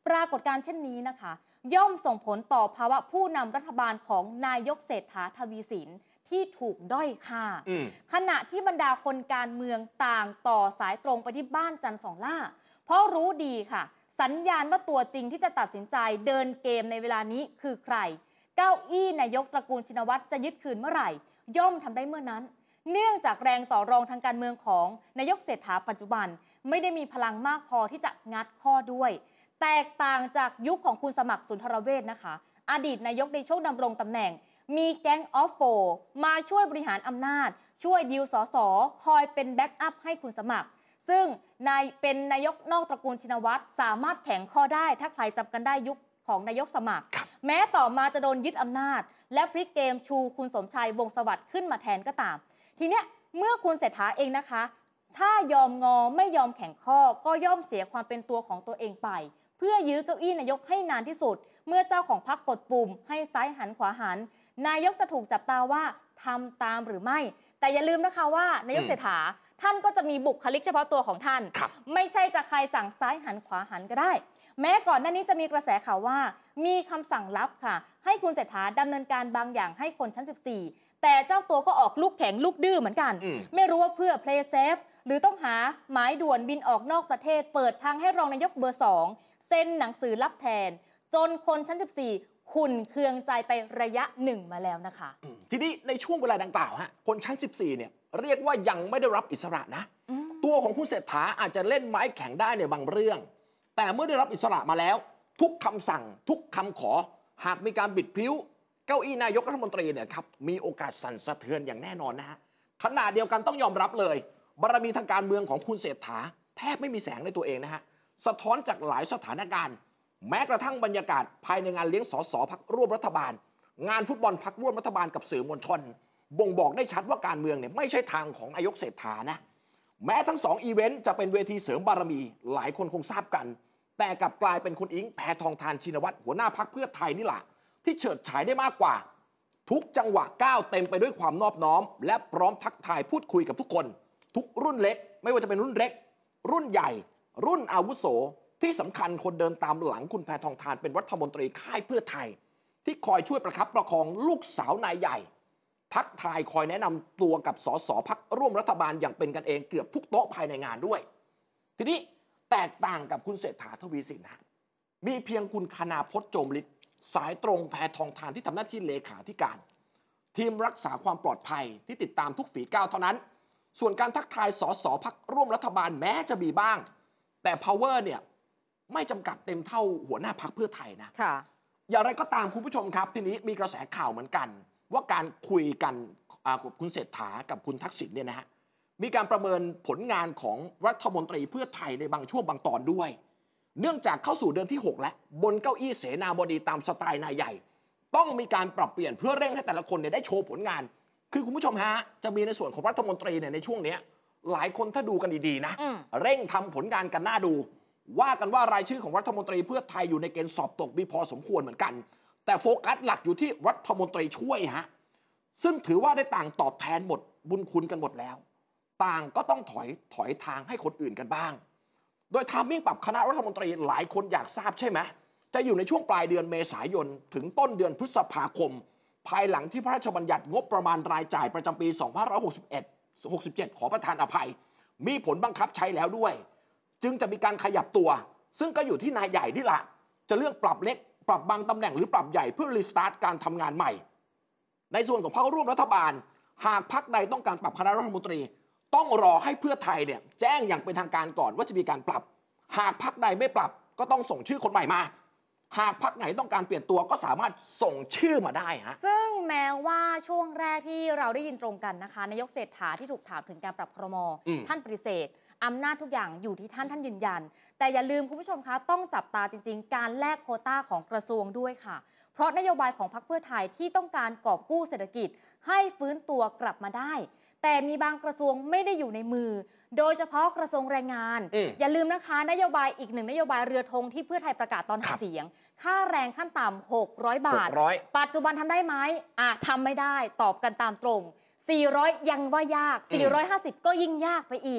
ปรากฏการณ์เช่นนี้นะคะย่อมส่งผลต่อภาวะผู้นำรัฐบาลของนายกเศรษฐาทวีสินที่ถูกด้อยค่าขณะที่บรรดาคนการเมืองต่างต่อสายตรงไปที่บ้านจันทร์สองล่าเพราะรู้ดีค่ะสัญญาณว่าตัวจริงที่จะตัดสินใจเดินเกมในเวลานี้คือใครเก้าอี้นายกตระกูลชินวัตรจะยึดคืนเมื่อไหร่ย่อมทำได้เมื่อนั้นเนื่องจากแรงต่อรองทางการเมืองของนายกเศรษฐาปัจจุบันไม่ได้มีพลังมากพอที่จะงัดข้อด้วยแตกต่างจากยุคของคุณสมัครสุนทรเวชนะคะอดีตนายกในช่วงดำรงตำแหน่งมีแก๊งออฟโฟมาช่วยบริหารอำนาจช่วยดีลสสคอยเป็นแบ็กอัพให้คุณสมัครซึ่งเป็นนายกนอกตระกูลชินวัตรสามารถแข็งข้อได้ถ้าใครจำกันได้ยุคของนายกสมัครแม้ต่อมาจะโดนยึดอำนาจและพลิกเกมชูคุณสมชัยวงศ์สวัสดิ์ขึ้นมาแทนก็ตามทีเนี้ยเมื่อคุณเศรษฐาเองนะคะถ้ายอมงอไม่ยอมแข็งข้อก็ย่อมเสียความเป็นตัวของตัวเองไปเพื่อยื้อเก้าอี้นายกให้นานที่สุดเมื่อเจ้าของพรรคกดปุ่มให้ซ้ายหันขวาหันนายกจะถูกจับตาว่าทำตามหรือไม่แต่อย่าลืมนะคะว่านายกเศรษฐาท่านก็จะมีบุคลิกเฉพาะตัวของท่านไม่ใช่จะใครสั่งซ้ายหันขวาหันก็ได้แม้ก่อนหน้านี้จะมีกระแสข่าวว่ามีคำสั่งลับค่ะให้คุณเศรษฐาดำเนินการบางอย่างให้คนชั้น14แต่เจ้าตัวก็ออกลูกแข็งลูกดื้อเหมือนกันไม่รู้ว่าเพื่อ play safe หรือต้องหาหมายด่วนบินออกนอกประเทศเปิดทางให้รองนายกเบอร์2เซ็นหนังสือรับแทนจนคนชั้น14ขุ่นเคืองใจไประยะหนึ่งมาแล้วนะคะทีนี้ในช่วงเวลาดังกล่าวฮะคนชั้น14เนี่ยเรียกว่ายังไม่ได้รับอิสระนะตัวของคุณเศรษฐาอาจจะเล่นไม้แข็งได้ในบางเรื่องแต่เมื่อได้รับอิสระมาแล้วทุกคำสั่งทุกคำขอหากมีการบิดพลิ้วเก้าอี้นายกรัฐมนตรีเนี่ยครับมีโอกาสสั่นสะเทือนอย่างแน่นอนนะฮะขณะเดียวกันต้องยอมรับเลยบารมีทางการเมืองของคุณเศรษฐาแทบไม่มีแสงในตัวเองนะฮะสะท้อนจากหลายสถานการณ์แม้กระทั่งบรรยากาศภายในงานเลี้ยงสสพรรคร่วมรัฐบาลงานฟุตบอลพรรคร่วมรัฐบาลกับสื่อมวลชนบ่งบอกได้ชัดว่าการเมืองเนี่ยไม่ใช่ทางของนายกเศรษฐานะแม้ทั้ง2อีเวนต์จะเป็นเวทีเสริมบารมีหลายคนคงทราบกันแต่กลับกลายเป็นคุณอิงแพทองธารชินวัตรหัวหน้าพรรคเพื่อไทยนี่แหละที่เฉิดฉายได้มากกว่าทุกจังหวะก้าวเต็มไปด้วยความนอบน้อมและพร้อมทักทายพูดคุยกับทุกคนทุกรุ่นเล็กไม่ว่าจะเป็นรุ่นเล็กรุ่นใหญ่รุ่นอาวุโสที่สำคัญคนเดินตามหลังคุณแพทองธารเป็นรัฐมนตรีค่ายเพื่อไทยที่คอยช่วยประคับประคองลูกสาวนายใหญ่ทักทายคอยแนะนำตัวกับสสพรรคร่วมรัฐบาลอย่างเป็นกันเองเกือบทุกโต๊ะภายในงานด้วยทีนี้แตกต่างกับคุณเศรษฐาทวีสินนะมีเพียงคุณคณาพจน์โจมฤทธิ์สายตรงแพทองธารที่ทำหน้าที่เลขาธิการทีมรักษาความปลอดภัยที่ติดตามทุกฝีก้าวเท่านั้นส่วนการทักทายสสพรรคร่วมรัฐบาลแม้จะมีบ้างแต่ power เนี่ยไม่จำกัดเต็มเท่าหัวหน้าพรรคเพื่อไทยนะอย่างไรก็ตามคุณผู้ชมครับทีนี้มีกระแสข่าวเหมือนกันว่าการคุยกันคุณเศรษฐากับคุณทักษิณเนี่ยนะฮะมีการประเมินผลงานของรัฐมนตรีเพื่อไทยในบางช่วงบางตอนด้วยเนื่องจากเข้าสู่เดือนที่6แล้วบนเก้าอี้เสนาบดีตามสไตล์นายใหญ่ต้องมีการปรับเปลี่ยนเพื่อเร่งให้แต่ละคนเนี่ยได้โชว์ผลงานคือคุณผู้ชมฮะจะมีในส่วนของรัฐมนตรีเนี่ยในช่วงนี้หลายคนถ้าดูกันดีๆนะเร่งทำผลงานกันน่าดูว่ากันว่ารายชื่อของรัฐมนตรีเพื่อไทยอยู่ในเกณฑ์สอบตกมีพอสมควรเหมือนกันแต่โฟกัสหลักอยู่ที่รัฐมนตรีช่วยฮะซึ่งถือว่าได้ต่างตอบแทนหมดบุญคุณกันหมดแล้วต่างก็ต้องถอยทางให้คนอื่นกันบ้างโดยไทมิ่งปรับคณะรัฐมนตรีหลายคนอยากทราบใช่ไหมจะอยู่ในช่วงปลายเดือนเมษายนถึงต้นเดือนพฤษภาคมภายหลังที่พระราชบัญญัติงบประมาณรายจ่ายประจำปี2567ขอประทานอภัยมีผลบังคับใช้แล้วด้วยจึงจะมีการขยับตัวซึ่งก็อยู่ที่นายใหญ่นี่แหละจะเลือกปรับเล็กปรับบางตำแหน่งหรือปรับใหญ่เพื่อรีสตาร์ทการทำงานใหม่ในส่วนของพรรคร่วมรัฐบาลหากพรรคใดต้องการปรับคณะรัฐมนตรีต้องรอให้เพื่อไทยเนี่ยแจ้งอย่างเป็นทางการก่อนว่าจะมีการปรับหากพรรคใดไม่ปรับก็ต้องส่งชื่อคนใหม่มาหากพรรคไหนต้องการเปลี่ยนตัวก็สามารถส่งชื่อมาได้ฮะซึ่งแม้ว่าช่วงแรกที่เราได้ยินตรงกันนะคะนายกเศรษฐาที่ถูกถามถึงการปรับครม.ท่านปฏิเสธอำนาจทุกอย่างอยู่ที่ท่านยืนยันแต่อย่าลืมคุณผู้ชมคะต้องจับตาจริงๆการแลกโควต้าของกระทรวงด้วยค่ะเพราะนโยบายของพรรคเพื่อไทยที่ต้องการกอบกู้เศรษฐกิจให้ฟื้นตัวกลับมาได้แต่มีบางกระทรวงไม่ได้อยู่ในมือโดยเฉพาะกระทรวงแรงงานอย่าลืมนะคะนโยบายอีกหนึ่งนโยบายเรือธงที่เพื่อไทยประกาศตอนหาเสียงค่าแรงขั้นต่ำ600 บาทปัจจุบันทำได้ไหมทำไม่ได้ตอบกันตามตรง400ยังว่ายาก450ก็ยิ่งยากไปอีก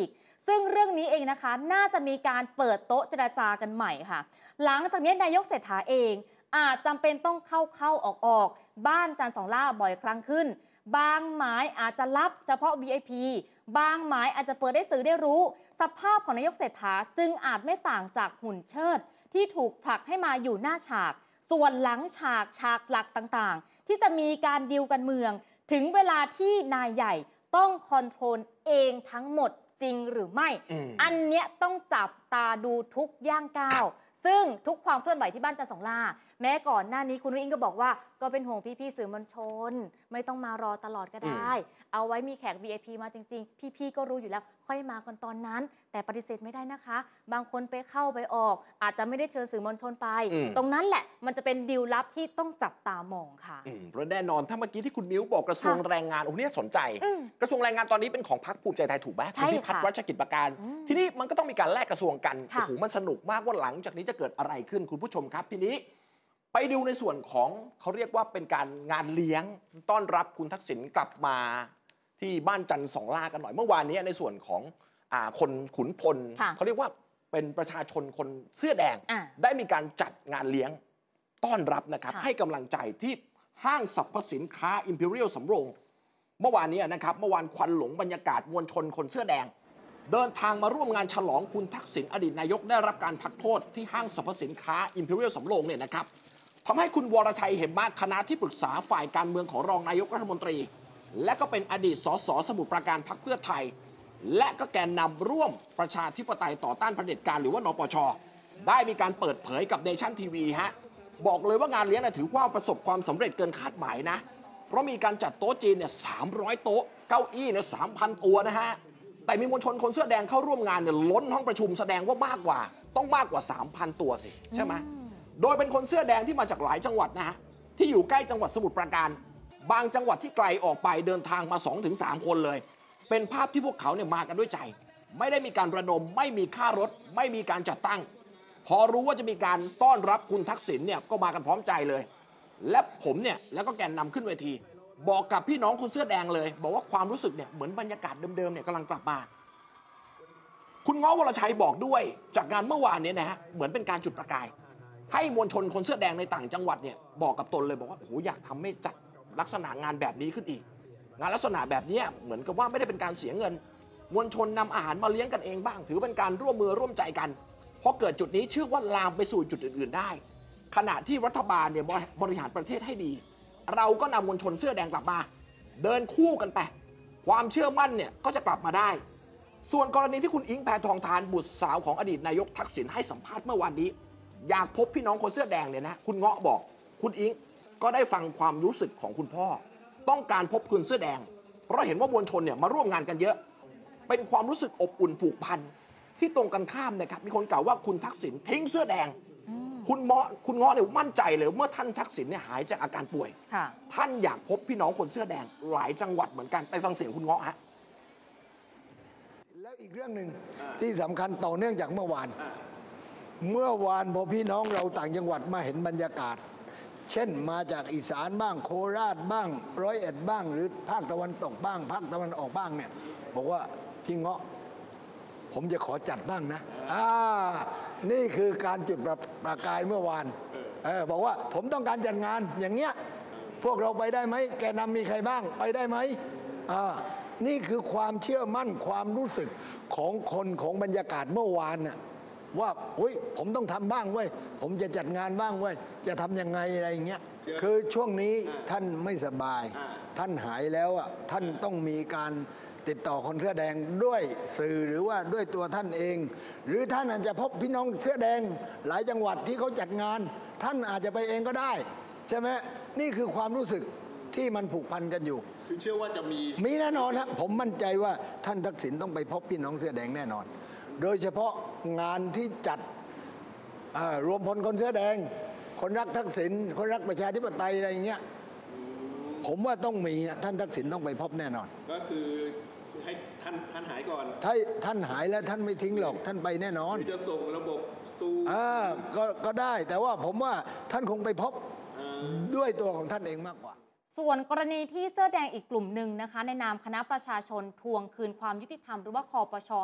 ซึ่งเรื่องนี้เองนะคะน่าจะมีการเปิดโต๊ะเจรจากันใหม่ค่ะหลังจากนี้นายกเศรษฐาเองอาจจำเป็นต้องเข้าออกบ้านจันทร์สองล่าบ่อยครั้งขึ้นบางหมายอาจจะรับเฉพาะ VIP บางหมายอาจจะเปิดได้สื่อได้รู้สภาพของนายกเศรษฐาจึงอาจไม่ต่างจากหุ่นเชิดที่ถูกผลักให้มาอยู่หน้าฉากส่วนหลังฉากหลักต่างๆที่จะมีการดีลกันเมืองถึงเวลาที่นายใหญ่ต้องคอนโทรลเองทั้งหมดจริงหรือไม่ อันเนี้ยต้องจับตาดูทุกย่างก้าวซึ่งทุกความเคลื่อนไหวที่บ้านจันทร์สองล่าแม้ก่อนหน้านี้คุณนุ้ยอิงก็บอกว่าก็เป็นห่วงพี่ๆสื่อมวลชนไม่ต้องมารอตลอดก็ได้เอาไว้มีแขก VIP มาจริงๆพี่ๆก็รู้อยู่แล้วค่อยมากันตอนนั้นแต่ปฏิเสธไม่ได้นะคะบางคนไปเข้าไปออกอาจจะไม่ได้เชิญสื่อมวลชนไปตรงนั้นแหละมันจะเป็นดีลลับที่ต้องจับตามองค่ะเพราะแน่นอนถ้าเมื่อกี้ที่คุณมิ้วบอกกระทรวงแรงงานโอ้เนี่ยสนใจกระทรวงแรงงานตอนนี้เป็นของพรรคภูมิใจไทยถูกไหมคุณพิพัฒน์รัชกิจประการทีนี้มันก็ต้องมีการแลกกระทรวงกันโอ้โหมันสนุกมากว่าหลังจากนี้จะเกิดอะไรขึ้นคุณผู้ชมครับทีนี้ไปดูในส่วนของเขาเรียกว่าเป็นการงานเลี้ยงต้อนรับคุณทักษิณกลับมาที่บ้านจันทร์สองล่ากันหน่อยเมื่อวานนี้ในส่วนของคนขุนพลเขาเรียกว่าเป็นประชาชนคนเสื้อแดงได้มีการจัดงานเลี้ยงต้อนรับนะครับให้กำลังใจที่ห้างสรรพสินค้า Imperial สำโรงเมื่อวานนี้นะครับเมื่อวานควันหลงบรรยากาศมวลชนคนเสื้อแดงเดินทางมาร่วมงานฉลองคุณทักษิณอดีตนายกได้รับการพักโทษที่ห้างสรรพสินค้า Imperial สำโรงเนี่ยนะครับทำให้คุณวรชัยเหมมากคณะที่ปรึกษาฝ่ายการเมืองของรองนายกรัฐมนตรีและก็เป็นอดีตสสสมุทรปราการพรรคเพื่อไทยและก็แกนนำร่วมประชาธิปไตยต่อต้านเผด็จการหรือว่านปช.ได้มีการเปิดเผยกับเนชั่นทีวีฮะบอกเลยว่างานเลี้ยงถือว่าประสบความสำเร็จเกินคาดหมายนะเพราะมีการจัดโต๊ะจีนเนี่ย300 โต๊ะเก้าอี้เนี่ย 3,000 ตัวนะฮะแต่มีมวลชนคนเสื้อแดงเข้าร่วมงานเนี่ยล้นห้องประชุมแสดงว่ามากกว่า 3,000 ตัวสิใช่ไหมโดยเป็นคนเสื้อแดงที่มาจากหลายจังหวัดนะฮะที่อยู่ใกล้จังหวัดสมุทรปราการบางจังหวัดที่ไกลออกไปเดินทางมา 2-3 คนเลยเป็นภาพที่พวกเขาเนี่ยมากันด้วยใจไม่ได้มีการระดมไม่มีค่ารถไม่มีการจัดตั้งพอรู้ว่าจะมีการต้อนรับคุณทักษิณเนี่ยก็มากันพร้อมใจเลยและผมเนี่ยแล้วก็แกนนำขึ้นเวทีบอกกับพี่น้องคนเสื้อแดงเลยบอกว่าความรู้สึกเนี่ยเหมือนบรรยากาศเดิมๆเนี่ยกำลังกลับมาคุณง้อวรชัยบอกด้วยจากงานเมื่อวานนี้นะฮะเหมือนเป็นการจุดประกายให้มวลชนคนเสื้อแดงในต่างจังหวัดเนี่ยบอกกับตนเลยบอกว่าโอ้โหอยากทำให้จัดลักษณะงานแบบนี้ขึ้นอีกงานลักษณะแบบนี้เหมือนกับว่าไม่ได้เป็นการเสียเงินมวลชนนำอาหารมาเลี้ยงกันเองบ้างถือเป็นการร่วมมือร่วมใจกันเพราะเกิดจุดนี้เชื่อว่าลามไปสู่จุดอื่นๆได้ขณะที่รัฐบาลเนี่ยบริหารประเทศให้ดีเราก็นำมวลชนเสื้อแดงกลับมาเดินคู่กันไปความเชื่อมั่นเนี่ยก็จะกลับมาได้ส่วนกรณีที่คุณอิงแพทองธารบุตรสาวของอดีตนายกทักษิณให้สัมภาษณ์เมื่อวานนี้อยากพบพี่น้องคนเสื้อแดงเนี่ยนะคุณเงาะบอกคุณอิงก็ได้ฟังความรู้สึกของคุณพ่อต้องการพบคุณเสื้อแดงเพราะเห็นว่ามวลชนเนี่ยมาร่วมงานกันเยอะเป็นความรู้สึกอบอุ่นผูกพันที่ตรงกันข้ามนะครับมีคนกล่าวว่าคุณทักษิณทิ้งเสื้อแดงคุณเงาะเนี่ยมั่นใจเลยเมื่อท่านทักษิณเนี่ยหายจากอาการป่วยท่านอยากพบพี่น้องคนเสื้อแดงหลายจังหวัดเหมือนกันไปฟังเสียงคุณเงาะฮะแล้วอีกเรื่องหนึ่งที่สำคัญต่อเนื่องจากเมื่อวานพอพี่น้องเราต่างจังหวัดมาเห็นบรรยากาศเช่นมาจากอีสานบ้างโคราชบ้าง101บ้างหรือภาคตะวันตกบ้างภาคตะวันออกบ้างเนี่ยบอกว่าพี่เงาะผมจะขอจัดบ้างนะนี่คือการจุดประกายเมื่อวานบอกว่าผมต้องการจัดงานอย่างเงี้ยพวกเราไปได้ไหมแกนำมีใครบ้างไปได้ไหมนี่คือความเชื่อมั่นความรู้สึกของคนของบรรยากาศเมื่อวานน่ะว่าผมต้องทำบ้างเว้ยผมจะจัดงานบ้างเว้ยจะทำยังไงอะไรอย่างเงี้ยคือช่วงนี้ท่านไม่สบายท่านหายแล้วท่านต้องมีการติดต่อคนเสื้อแดงด้วยสื่อหรือว่าด้วยตัวท่านเองหรือท่านอาจจะพบพี่น้องเสื้อแดงหลายจังหวัดที่เขาจัดงานท่านอาจจะไปเองก็ได้ใช่ไหมนี่คือความรู้สึกที่มันผูกพันกันอยู่คือเชื่อว่าจะมีแน่นอนครับผมมั่นใจว่าท่านทักษิณต้องไปพบพี่น้องเสื้อแดงแน่นอนโดยเฉพาะงานที่จัดรวมพลคนเสื้อแดงคนรักทักษิณคนรักประชาธิปไตยอะไรอย่างเงี้ยผมว่าต้องมีท่านทักษิณต้องไปพบแน่นอนก็คือให้ท่านหายก่อนท่านหายแล้วท่านไม่ทิ้งหรอกท่านไปแน่นอนจะส่งระบบสู่ก็ได้แต่ว่าผมว่าท่านคงไปพบด้วยตัวของท่านเองมากกว่าส่วนกรณีที่เสื้อแดงอีกกลุ่มหนึ่งนะคะในนามคณะประชาชนทวงคืนความยุติธรรมหรือว่าคปช.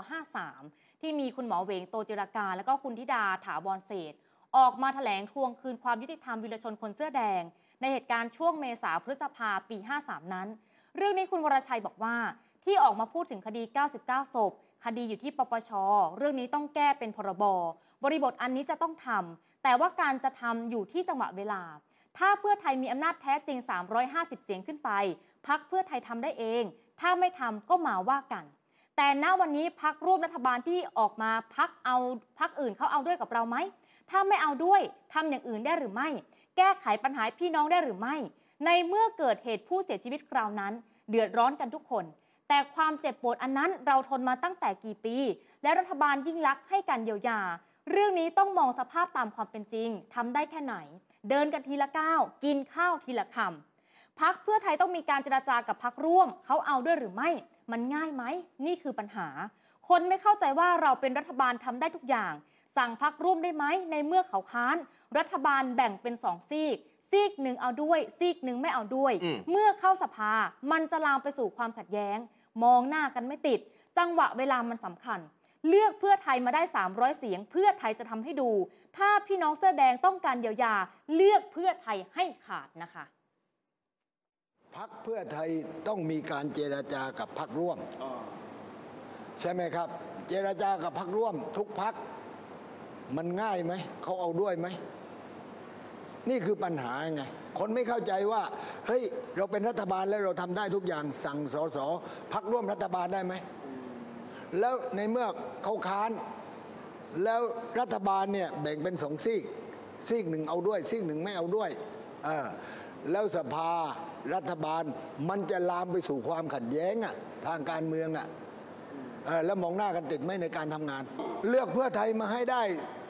53ที่มีคุณหมอเหวงโตจิรการและก็คุณธิดาถาวรเศรษฐ์ออกมาแถลงทวงคืนความยุติธรรมวีรชนคนเสื้อแดงในเหตุการณ์ช่วงเมษาพฤษภาปี 53นั้นเรื่องนี้คุณวรชัยบอกว่าที่ออกมาพูดถึงคดี99ศพคดีอยู่ที่ปปช.เรื่องนี้ต้องแก้เป็นพรบริบทอันนี้จะต้องทำแต่ว่าการจะทำอยู่ที่จังหวะเวลาถ้าเพื่อไทยมีอำนาจแท้จริง350เสียงขึ้นไปพรรคเพื่อไทยทำได้เองถ้าไม่ทำก็มาว่ากันแต่ณวันนี้พรรคร่วมรัฐบาลที่ออกมาพรรคอื่นเขาเอาด้วยกับเราไหมถ้าไม่เอาด้วยทำอย่างอื่นได้หรือไม่แก้ไขปัญหาพี่น้องได้หรือไม่ในเมื่อเกิดเหตุผู้เสียชีวิตคราวนั้นเดือดร้อนกันทุกคนแต่ความเจ็บปวดอันนั้นเราทนมาตั้งแต่กี่ปีและรัฐบาลยิ่งลักษณ์ให้การเยียวยาเรื่องนี้ต้องมองสภาพตามความเป็นจริงทำได้แค่ไหนเดินกันทีละก้าวกินข้าวทีละคำพรรคเพื่อไทยต้องมีการเจรจากับพรรคร่วมเขาเอาด้วยหรือไม่มันง่ายไหมนี่คือปัญหาคนไม่เข้าใจว่าเราเป็นรัฐบาลทำได้ทุกอย่างสั่งพรรคร่วมได้ไหมในเมื่อเขาค้านรัฐบาลแบ่งเป็น2ซีกหนึ่งเอาด้วยซีกหนึ่งไม่เอาด้วยเมื่อเข้าสภามันจะลามไปสู่ความขัดแย้งมองหน้ากันไม่ติดจังหวะเวลามันสำคัญเลือกเพื่อไทยมาได้300เสียงเพื่อไทยจะทำให้ดูถ้าพี่น้องเสื้อแดงต้องการเยียวยาเลือกเพื่อไทยให้ขาดนะคะพรรคเพื่อไทยต้องมีการเจรจากับพรรคร่วมใช่ไหมครับเจรจากับพรรคร่วมทุกพรรคมันง่ายไหมเขาเอาด้วยไหมนี่คือปัญหาไงคนไม่เข้าใจว่าเฮ้ยเราเป็นรัฐบาลแล้วเราทำได้ทุกอย่างสั่งสสพรรคร่วมรัฐบาลได้ไหมแล้วในเมื่อเขาค้านแล้วรัฐบาลเนี่ยแบ่งเป็น2ซีกหนึ่งเอาด้วยซีกหนึ่งไม่เอาด้วยแล้วสภารัฐบาลมันจะลามไปสู่ความขัดแย้งทางการเมืองแล้วมองหน้ากันติดไหมในการทำงานเลือกเพื่อไทยมาให้ได้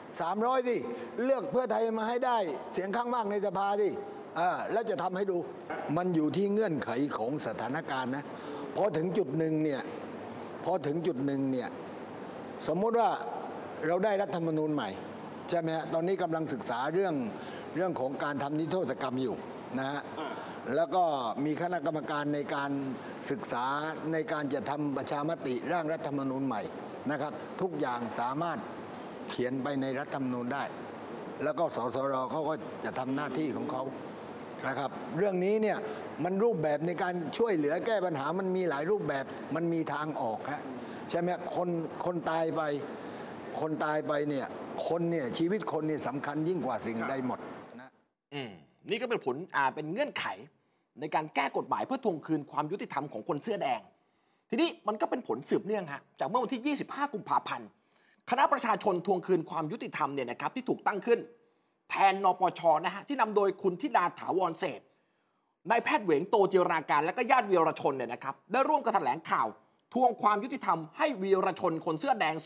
300ดิเลือกเพื่อไทยมาให้ได้เสียงข้างมากในสภาดิแล้วจะทำให้ดูมันอยู่ที่เงื่อนไขของสถานการณ์นะพอถึงจุดหนึ่งเนี่ยสมมติว่าเราได้รัฐธรรมนูญใหม่ใช่ไหมฮะตอนนี้กำลังศึกษาเรื่องของการทำนิรโทษกรรมอยู่นะฮะแล้วก็มีคณะกรรมการในการศึกษาในการจะทำประชามติร่างรัฐธรรมนูญใหม่นะครับทุกอย่างสามารถเขียนไปในรัฐธรรมนูญได้แล้วก็สสรเขาก็จะทำหน้าที่ของเขานะครับเรื่องนี้เนี่ยมันรูปแบบในการช่วยเหลือแก้ปัญหามันมีหลายรูปแบบมันมีทางออกฮะใช่ไหมคนตายไปเนี่ยคนเนี่ยชีวิตคนเนี่ยสำคัญยิ่งกว่าสิ่งใดหมดนะนี่ก็เป็นผลเป็นเงื่อนไขในการแก้กฎหมายเพื่อทวงคืนความยุติธรรมของคนเสื้อแดงทีนี้มันก็เป็นผลสืบเนื่องฮะจากเมื่อวันที่25กุมภาพันธ์คณะประชาชนทวงคืนความยุติธรรมเนี่ยนะครับที่ถูกตั้งขึ้นแทนนปช.นะฮะที่นำโดยคุณธิดาถาวรเศรษฐ์นายแพทย์เหวงโตจิราการและก็ญาติวีรชนเนี่ยนะครับได้ร่วมกันแถลงข่าวทวงความยุติธรรมให้วีรชนคนเสื้อแดง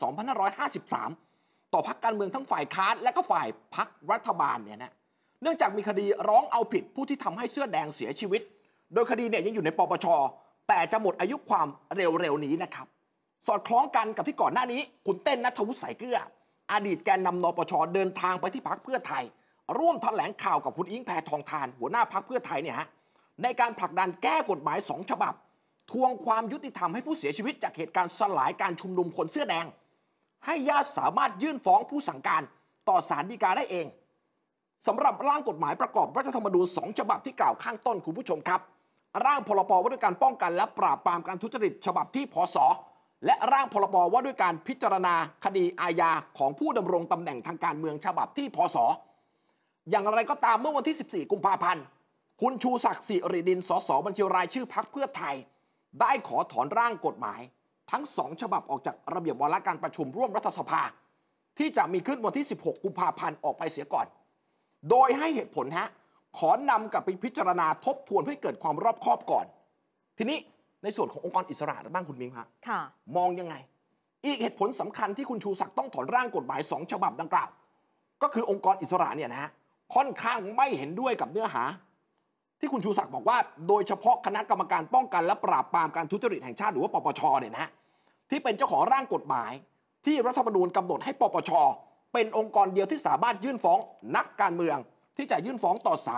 2553 ต่อพรรคการเมืองทั้งฝ่ายค้านและก็ฝ่ายพรรครัฐบาลเนี่ยนะเนื่องจากมีคดีร้องเอาผิดผู้ที่ทำให้เสื้อแดงเสียชีวิตโดยคดีเนี่ยยังอยู่ในปปช.แต่จะหมดอายุความเร็วๆนี้นะครับสอดคล้องกันกับที่ก่อนหน้านี้คุณเต้นณัฐวุฒิสายเกลืออดีตแกนนำนปช.เดินทางไปที่พรรคเพื่อไทยร่วมแถลงข่าวกับคุณอิ๊งแพทองธารหัวหน้าพรรคเพื่อไทยเนี่ยฮะในการผลักดันแก้กฎหมาย2ฉบับทวงความยุติธรรมให้ผู้เสียชีวิตจากเหตุการณ์สลายการชุมนุมคนเสื้อแดงให้ญาติสามารถยื่นฟ้องผู้สั่งการต่อศาลฎีกาได้เองสำหรับร่างกฎหมายประกอบรัฐธรรมนูญ2ฉบับที่กล่าวข้างต้นคุณผู้ชมครับร่างพรบว่าด้วยการป้องกันและปราบปรามการทุจริตฉบับที่พศและร่างพรบว่าด้วยการพิจารณาคดีอาญาของผู้ดำรงตำแหน่งทางการเมืองฉบับที่พศอย่างไรก็ตามเมื่อวันที่14กุมภาพันธ์คุณชูศักดิ์สิริดินสสบัญชีรายชื่อพรรคเพื่อไทยได้ขอถอนร่างกฎหมายทั้ง2ฉบับออกจากระเบียบวาระการประชุมร่วมรัฐสภาที่จะมีขึ้นวันที่16กุมภาพันธ์ออกไปเสียก่อนโดยให้เหตุผลขอนำกลับไปพิจารณาทบทวนให้เกิดความรอบคอบก่อนทีนี้ในส่วนขององค์กรอิสระบ้างคุณมิ้งครับมองยังไงอีกเหตุผลสำคัญที่คุณชูศักดิ์ต้องถอนร่างกฎหมาย2ฉบับดังกล่าวก็คือองค์กรอิสระเนี่ยนะฮะค่อนข้างไม่เห็นด้วยกับเนื้อหาที่คุณชูศักดิ์บอกว่าโดยเฉพาะคณะกรรมการป้องกันและปราบปรามการทุจริตแห่งชาติหรือว่าปปช.เนี่ยนะฮะที่เป็นเจ้าของร่างกฎหมายที่รัฐธรรมนูญกำหนดให้ปปช.เป็นองค์กรเดียวที่สามารถยื่นฟ้องนักการเมืองที่จะยื่นฟ้องต่อศาล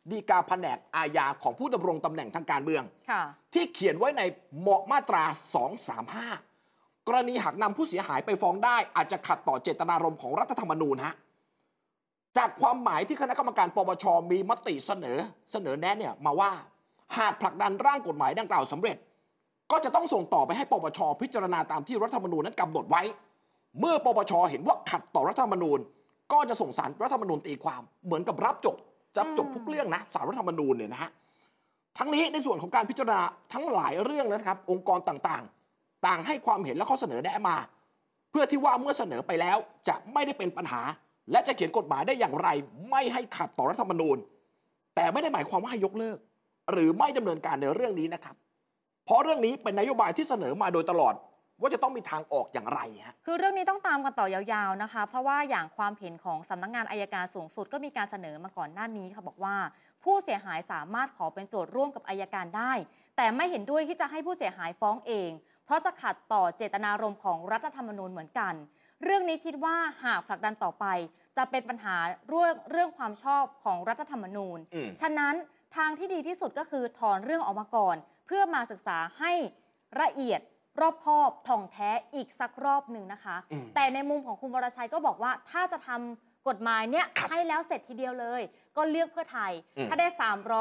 ฎีกาแผนกอาญาของผู้ดำรงตำแหน่งทางการเมืองที่เขียนไว้ในมาตรา 235 กรณีหากนำผู้เสียหายไปฟ้องได้อาจจะขัดต่อเจตนารมณ์ของรัฐธรรมนูญฮะจากความหมายที่คณะกรรมการปปชมีมติเสนอแนะเนี่ยมาว่าหากผลักดันร่างกฎหมายดังกล่าวสำเร็จก็จะต้องส่งต่อไปให้ปปชพิจารณาตามที่รัฐธรรมนูญนั้นกำหนดไว้เมื่อปปชเห็นว่าขัดต่อรัฐธรรมนูญก็จะส่งศาลรัฐธรรมนูญตีความเหมือนกับรับจบทุกเรื่องนะศาลรัฐธรรมนูญเนี่ยนะฮะทั้งนี้ในส่วนของการพิจารณาทั้งหลายเรื่องนะครับองค์กรต่างให้ความเห็นและข้อเสนอแนะมาเพื่อที่ว่าเมื่อเสนอไปแล้วจะไม่ได้เป็นปัญหาและจะเขียนกฎหมายได้อย่างไรไม่ให้ขัดต่อรัฐธรรมนูญแต่ไม่ได้หมายความว่าให้ยกเลิกหรือไม่ดำเนินการในเรื่องนี้นะครับเพราะเรื่องนี้เป็นนโยบายที่เสนอมาโดยตลอดว่าจะต้องมีทางออกอย่างไรฮะคือเรื่องนี้ต้องตามกันต่อยาวๆนะคะเพราะว่าอย่างความเห็นของสำนักงานอัยการสูงสุดก็มีการเสนอมาก่อนหน้านี้ค่ะบอกว่าผู้เสียหายสามารถขอเป็นโจทย์ร่วมกับอัยการได้แต่ไม่เห็นด้วยที่จะให้ผู้เสียหายฟ้องเองเพราะจะขัดต่อเจตนารมณ์ของรัฐธรรมนูญเหมือนกันเรื่องนี้คิดว่าหากผลักดันต่อไปจะเป็นปัญหาเรื่องความชอบของรัฐธรรมนูญฉะนั้นทางที่ดีที่สุดก็คือถอนเรื่องออกมาก่อนเพื่อมาศึกษาให้ละเอียดรอบคอบท่องแท้อีกสักรอบหนึ่งนะคะแต่ในมุมของคุณวรชัยก็บอกว่าถ้าจะทำกฎหมายเนี่ยให้แล้วเสร็จทีเดียวเลยก็เลือกเพื่อไทยถ้าได้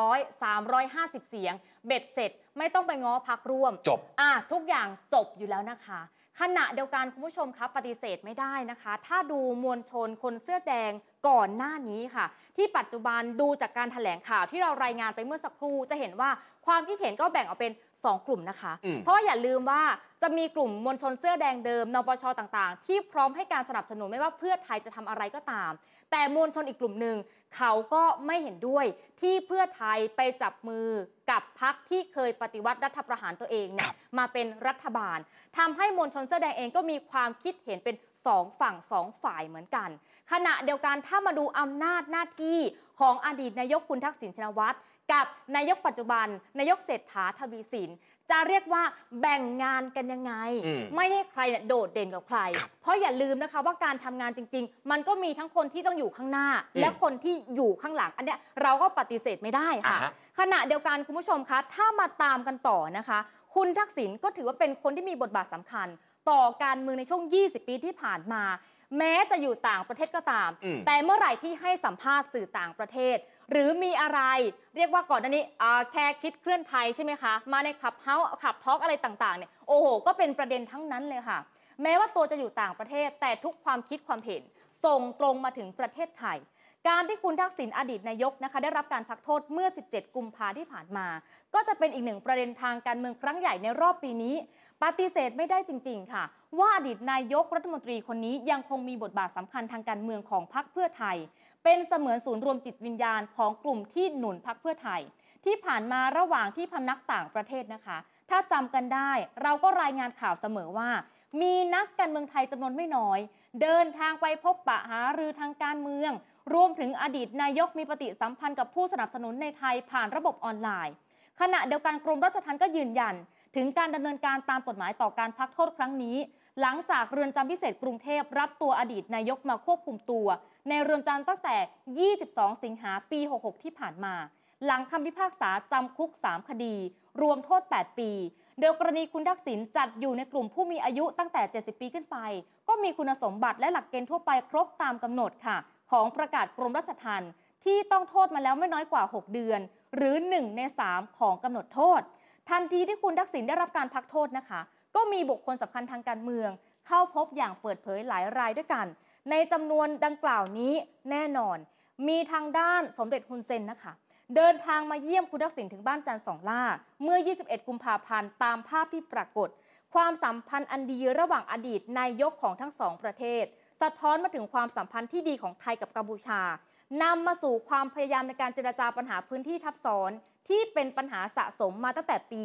350เสียงเบ็ดเสร็จไม่ต้องไปง้อพรรคร่วมจบทุกอย่างจบอยู่แล้วนะคะขณะเดียวกันคุณผู้ชมครับปฏิเสธไม่ได้นะคะถ้าดูมวลชนคนเสื้อแดงก่อนหน้านี้ค่ะที่ปัจจุบันดูจากการแถลงข่าวที่เรารายงานไปเมื่อสักครู่จะเห็นว่าความคิดเห็นก็แบ่งออกเป็น2 กลุ่มนะคะเพราะอย่าลืมว่าจะมีกลุ่มมวลชนเสื้อแดงเดิมนปชต่างๆที่พร้อมให้การสนับสนุนไม่ว่าเพื่อไทยจะทำอะไรก็ตามแต่มวลชนอีกกลุ่มหนึ่งเขาก็ไม่เห็นด้วยที่เพื่อไทยไปจับมือกับพรรคที่เคยปฏิวัติรัฐประหารตัวเองเนี่ยมาเป็นรัฐบาลทำให้มวลชนเสื้อแดงเองก็มีความคิดเห็นเป็น2 ฝั่ง 2 ฝ่ายเหมือนกันขณะเดียวกันถ้ามาดูอำนาจหน้าที่ของอดีตนายกคุณทักษิณชินวัตรกับนายกปัจจุบันนายกเศรษฐาทวีสินจะเรียกว่าแบ่งงานกันยังไงไม่ให้ใครโดดเด่นกับใครเพราะอย่าลืมนะคะว่าการทำงานจริงๆมันก็มีทั้งคนที่ต้องอยู่ข้างหน้าและคนที่อยู่ข้างหลังอันเนี้ยเราก็ปฏิเสธไม่ได้ค่ะขณะเดียวกันคุณผู้ชมคะถ้ามาตามกันต่อนะคะคุณทักษิณก็ถือว่าเป็นคนที่มีบทบาทสำคัญต่อการเมืองในช่วง20 ปีที่ผ่านมาแม้จะอยู่ต่างประเทศก็ตามแต่เมื่อไหร่ที่ให้สัมภาษณ์สื่อต่างประเทศหรือมีอะไรเรียกว่าก่อนหน้านี้แค่คิดเคลื่อนไทยใช่ไหมคะมาในคลับเฮาส์คลับทอล์กอะไรต่างๆเนี่ยโอ้โหก็เป็นประเด็นทั้งนั้นเลยค่ะแม้ว่าตัวจะอยู่ต่างประเทศแต่ทุกความคิดความเห็นส่งตรงมาถึงประเทศไทยการที่คุณทักษิณอดีตนายกนะคะได้รับการพักโทษเมื่อ17 กุมภาพันธ์ที่ผ่านมาก็จะเป็นอีกหนึ่งประเด็นทางการเมืองครั้งใหญ่ในรอบปีนี้ปฏิเสธไม่ได้จริงๆค่ะว่าอดีตนายกรัฐมนตรีคนนี้ยังคงมีบทบาทสำคัญทางการเมืองของพรรคเพื่อไทยเป็นเสมือนศูนย์รวมจิตวิญญาณของกลุ่มที่หนุนพรรคเพื่อไทยที่ผ่านมาระหว่างที่พำนักต่างประเทศนะคะถ้าจำกันได้เราก็รายงานข่าวเสมอว่ามีนักการเมืองไทยจำนวนไม่น้อยเดินทางไปพบปะหารือทางการเมืองรวมถึงอดีตนายกมีปฏิสัมพันธ์กับผู้สนับสนุนในไทยผ่านระบบออนไลน์ขณะเดียวกันกรมราชทัณฑ์ก็ยืนยันถึงการดำเนินการตามกฎหมายต่อการพักโทษครั้งนี้หลังจากเรือนจำพิเศษกรุงเทพรับตัวอดีตนายกมาควบคุมตัวในเรือนจำตั้งแต่22 สิงหาปี 66 ที่ผ่านมาหลังคำพิพากษาจำคุก3 คดีรวมโทษ8 ปีโดยกรณีคุณทักษิณจัดอยู่ในกลุ่มผู้มีอายุตั้งแต่70 ปีขึ้นไปก็มีคุณสมบัติและหลักเกณฑ์ทั่วไปครบตามกำหนดค่ะของประกาศกรมราชทัณฑ์ที่ต้องโทษมาแล้วไม่น้อยกว่า6 เดือนหรือ1 ใน 3ของกำหนดโทษทันทีที่คุณทักษิณได้รับการพักโทษนะคะก็มีบุคคลสำคัญทางการเมืองเข้าพบอย่างเปิดเผยหลายรายด้วยกันในจำนวนดังกล่าวนี้แน่นอนมีทางด้านสมเด็จฮุนเซนนะคะเดินทางมาเยี่ยมคุณทักษิณถึงบ้านจันทร์สองล่าเมื่อ21 กุมภาพันธ์ตามภาพที่ปรากฏความสัมพันธ์อันดีระหว่างอดีตนายกของทั้ง2 ประเทศสะท้อนมาถึงความสัมพันธ์ที่ดีของไทยกับกัมพูชานำมาสู่ความพยายามในการเจรจาปัญหาพื้นที่ทับซ้อนที่เป็นปัญหาสะสมมาตั้งแต่ปี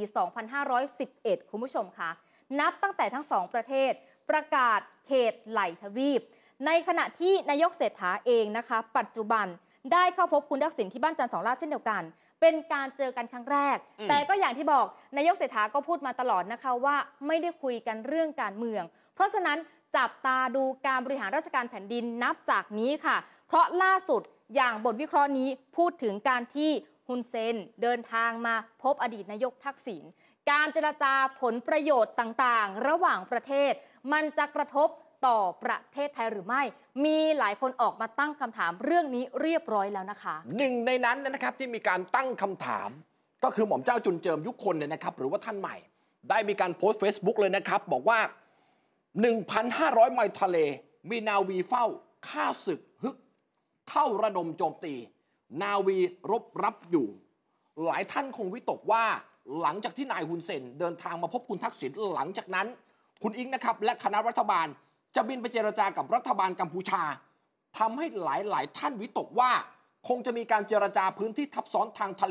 2511 คุณผู้ชมคะนับตั้งแต่ทั้ง2 ประเทศประกาศเขตไหลทวีปในขณะที่นายกเศรษฐาเองนะคะปัจจุบันได้เข้าพบคุณทักษิณที่บ้านจันทร์สองล่าเช่นเดียวกันเป็นการเจอกันครั้งแรกแต่ก็อย่างที่บอกนายกเศรษฐาก็พูดมาตลอดนะคะว่าไม่ได้คุยกันเรื่องการเมืองเพราะฉะนั้นจับตาดูการบริหารราชการแผ่นดินนับจากนี้ค่ะเพราะล่าสุดอย่างบทวิเคราะห์นี้พูดถึงการที่ฮุนเซนเดินทางมาพบอดีตนายกทักษิณการเจรจาผลประโยชน์ต่างๆระหว่างประเทศมันจะกระทบต่อประเทศไทยหรือไม่มีหลายคนออกมาตั้งคำถามเรื่องนี้เรียบร้อยแล้วนะคะหนึ่งในนั้นนะครับที่มีการตั้งคำถามก็คือหม่อมเจ้าจุนเจิมยุคคลเนี่ยนะครับหรือว่าท่านใหม่ได้มีการโพสต์ Facebook เลยนะครับบอกว่า 1,500 ไมล์ทะเลมีนาวีเฝ้าฆ่าศึกฮึกเข้าระดมโจมตีนาวีรบรับอยู่หลายท่านคงวิตกว่าหลังจากที่นายฮุนเซนเดินทางมาพบคุณทักษิณหลังจากนั้นคุณอิงนะครับและคณะรัฐบาลจะบินไปเจรจากับรัฐบาลกัมพูชาทำให้หลายท่านวิตกว่าคงจะมีการเจรจาพื้นที่ทับซ้อนทางทะเล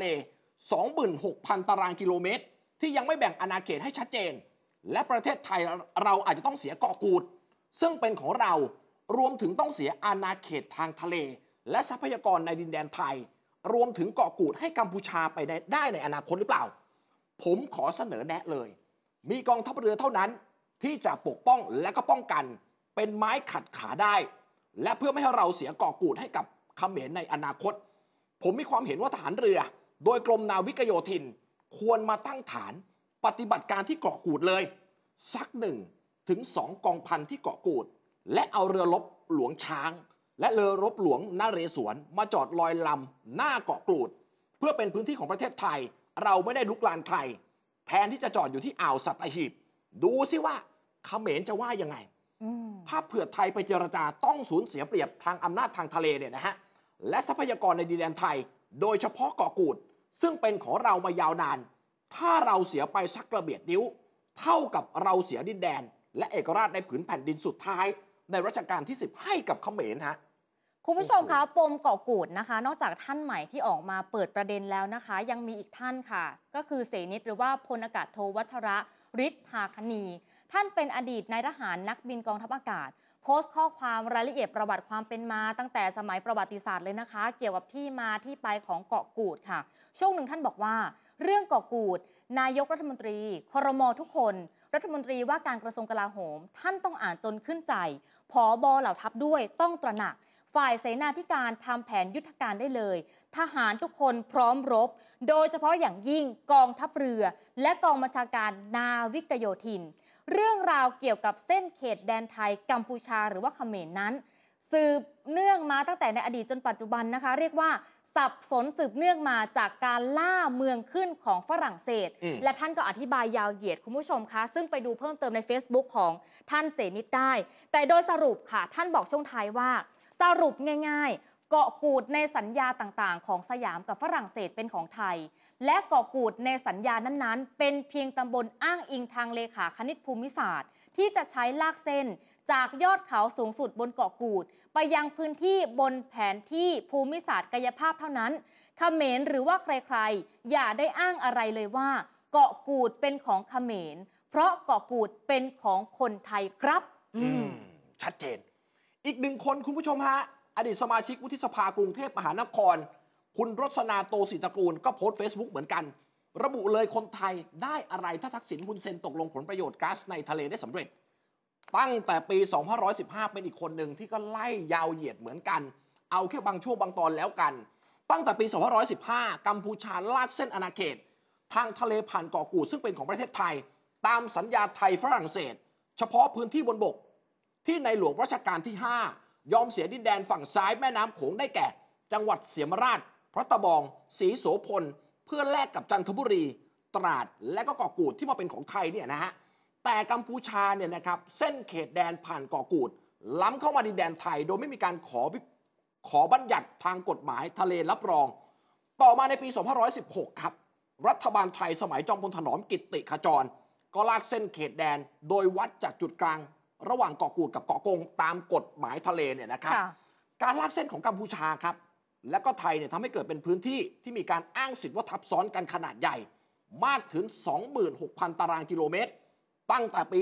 26,000 ตารางกิโลเมตรที่ยังไม่แบ่งอาณาเขตให้ชัดเจนและประเทศไทยเราอาจจะต้องเสียเกาะกูดซึ่งเป็นของเรารวมถึงต้องเสียอาณาเขตทางทะเลและทรัพยากรในดินแดนไทยรวมถึงเกาะกูดให้กัมพูชาไปได้ในอนาคตหรือเปล่าผมขอเสนอแนะเลยมีกองทัพเรือเท่านั้นที่จะปกป้องและก็ป้องกันเป็นไม้ขัดขาได้และเพื่อไม่ให้เราเสียเกาะกูดให้กับเขมรในอนาคตผมมีความเห็นว่าทหารเรือโดยกรมนาวิกโยธินควรมาตั้งฐานปฏิบัติการที่เกาะกูดเลยสัก1 ถึง 2 กองพันที่เกาะกูดและเอาเรือรบหลวงช้างและเรือรบหลวงนเรศวรมาจอดลอยลำหน้าเกาะกูดเพื่อเป็นพื้นที่ของประเทศไทยเราไม่ได้ลุกลานใครแทนที่จะจอดอยู่ที่อ่าวสัตหีบดูซิว่าเขมรจะว่ายังไงถ้าเผื่อไทยไปเจรจาต้องสูญเสียเปรียบทางอำนาจทางทะเลเนี่ยนะฮะและทรัพยากรในดินแดนไทยโดยเฉพาะเกาะกูดซึ่งเป็นของเรามายาวนานถ้าเราเสียไปสักกระเบียดนิ้วเท่ากับเราเสียดินแดนและเอกราชในผืนแผ่นดินสุดท้ายในรัชกาลที่10ให้กับเขมรฮะคุณผู้ชมคะปมเกาะกูดนะคะนอกจากท่านใหม่ที่ออกมาเปิดประเด็นแล้วนะคะยังมีอีกท่านค่ะก็คือเสนิทหรือว่าพลอากาศโทวัชระฤทธาคณีท่านเป็นอดีตนายทหารนักบินกองทัพอากาศโพสต์ข้อความรายละเอียดประวัติความเป็นมาตั้งแต่สมัยประวัติศาสตร์เลยนะคะเกี่ยวกับที่มาที่ไปของเกาะกูดค่ะช่วงหนึ่งท่านบอกว่าเรื่องเกาะกูดนายกรัฐมนตรีครม.ทุกคนรัฐมนตรีว่าการกระทรวงกลาโหมท่านต้องอ่านจนขึ้นใจผบ.เหล่าทัพด้วยต้องตระหนักฝ่ายเสนาธิการทำแผนยุทธการได้เลยทหารทุกคนพร้อมรบโดยเฉพาะอย่างยิ่งกองทัพเรือและกองบัญชาการนาวิกโยธินเรื่องราวเกี่ยวกับเส้นเขตแดนไทยกัมพูชาหรือว่าเขมรนั้นสืบเนื่องมาตั้งแต่ในอดีตจนปัจจุบันนะคะเรียกว่าสับสนสืบเนื่องมาจากการล่าเมืองขึ้นของฝรั่งเศสและท่านก็อธิบายยาวเหยียดคุณผู้ชมคะซึ่งไปดูเพิ่มเติมใน Facebook ของท่านเสนิทได้แต่โดยสรุปค่ะท่านบอกช่วงท้ายว่าสรุปง่ายๆเกาะกูดในสัญญาต่างๆของสยามกับฝรั่งเศสเป็นของไทยและเกาะกูดในสัญญานั้นๆเป็นเพียงตำบลอ้างอิงทางเลขาคณิตภูมิศาสตร์ที่จะใช้ลากเส้นจากยอดเขาสูงสุดบนเกาะกูดไปยังพื้นที่บนแผนที่ภูมิศาสตร์กายภาพเท่านั้นเขมรหรือว่าใครๆอย่าได้อ้างอะไรเลยว่าเกาะกูดเป็นของเขมรเพราะเกาะกูดเป็นของคนไทยครับชัดเจนอีกหนึ่งคนคุณผู้ชมฮะอดีตสมาชิกวุฒิสภากรุงเทพมหานครคุณรสนาโตศิตระกูลก็โพสต์ Facebook เหมือนกันระบุเลยคนไทยได้อะไรถ้าทักษิณฮุนเซนตกลงผลประโยชน์ก๊าซในทะเลได้สำเร็จตั้งแต่ปี 2515 เป็นอีกคนหนึ่งที่ก็ไล่ยาวเหยียดเหมือนกันเอาแค่บางช่วงบางตอนแล้วกันตั้งแต่ปี 2515 กัมพูชาลากเส้นอาณาเขตทางทะเลผ่านเกาะกูดซึ่งเป็นของประเทศไทยตามสัญญาไทยฝรั่งเศสเฉพาะพื้นที่บนบกที่ในหลวงรัชกาลที่ 5 ยอมเสียดินแดนฝั่งซ้ายแม่น้ำโขงได้แก่จังหวัดเสียมราชพระตะบองศรีโสพลเพื่อแลกกับจันทบุรีตราดและก็เกาะกูดที่มาเป็นของไทยเนี่ยนะฮะแต่กัมพูชาเนี่ยนะครับเส้นเขตแดนผ่านเกาะกูดล้ำเข้ามาดินแดนไทยโดยไม่มีการขอบัญญัติทางกฎหมายทะเลรับรองต่อมาในปี 2516 ครับรัฐบาลไทยสมัยจอมพลถนอมกิตติขจรก็ลากเส้นเขตแดนโดยวัดจากจุดกลางระหว่างเกาะกูดกับเกาะกงตามกฎหมายทะเลเนี่ยนะครับการลากเส้นของกัมพูชาครับและก็ไทยเนี่ยทำให้เกิดเป็นพื้นที่ที่มีการอ้างสิทธิ์ว่าทับซ้อนกันขนาดใหญ่มากถึง 26,000 ตารางกิโลเมตรตั้งแต่ปี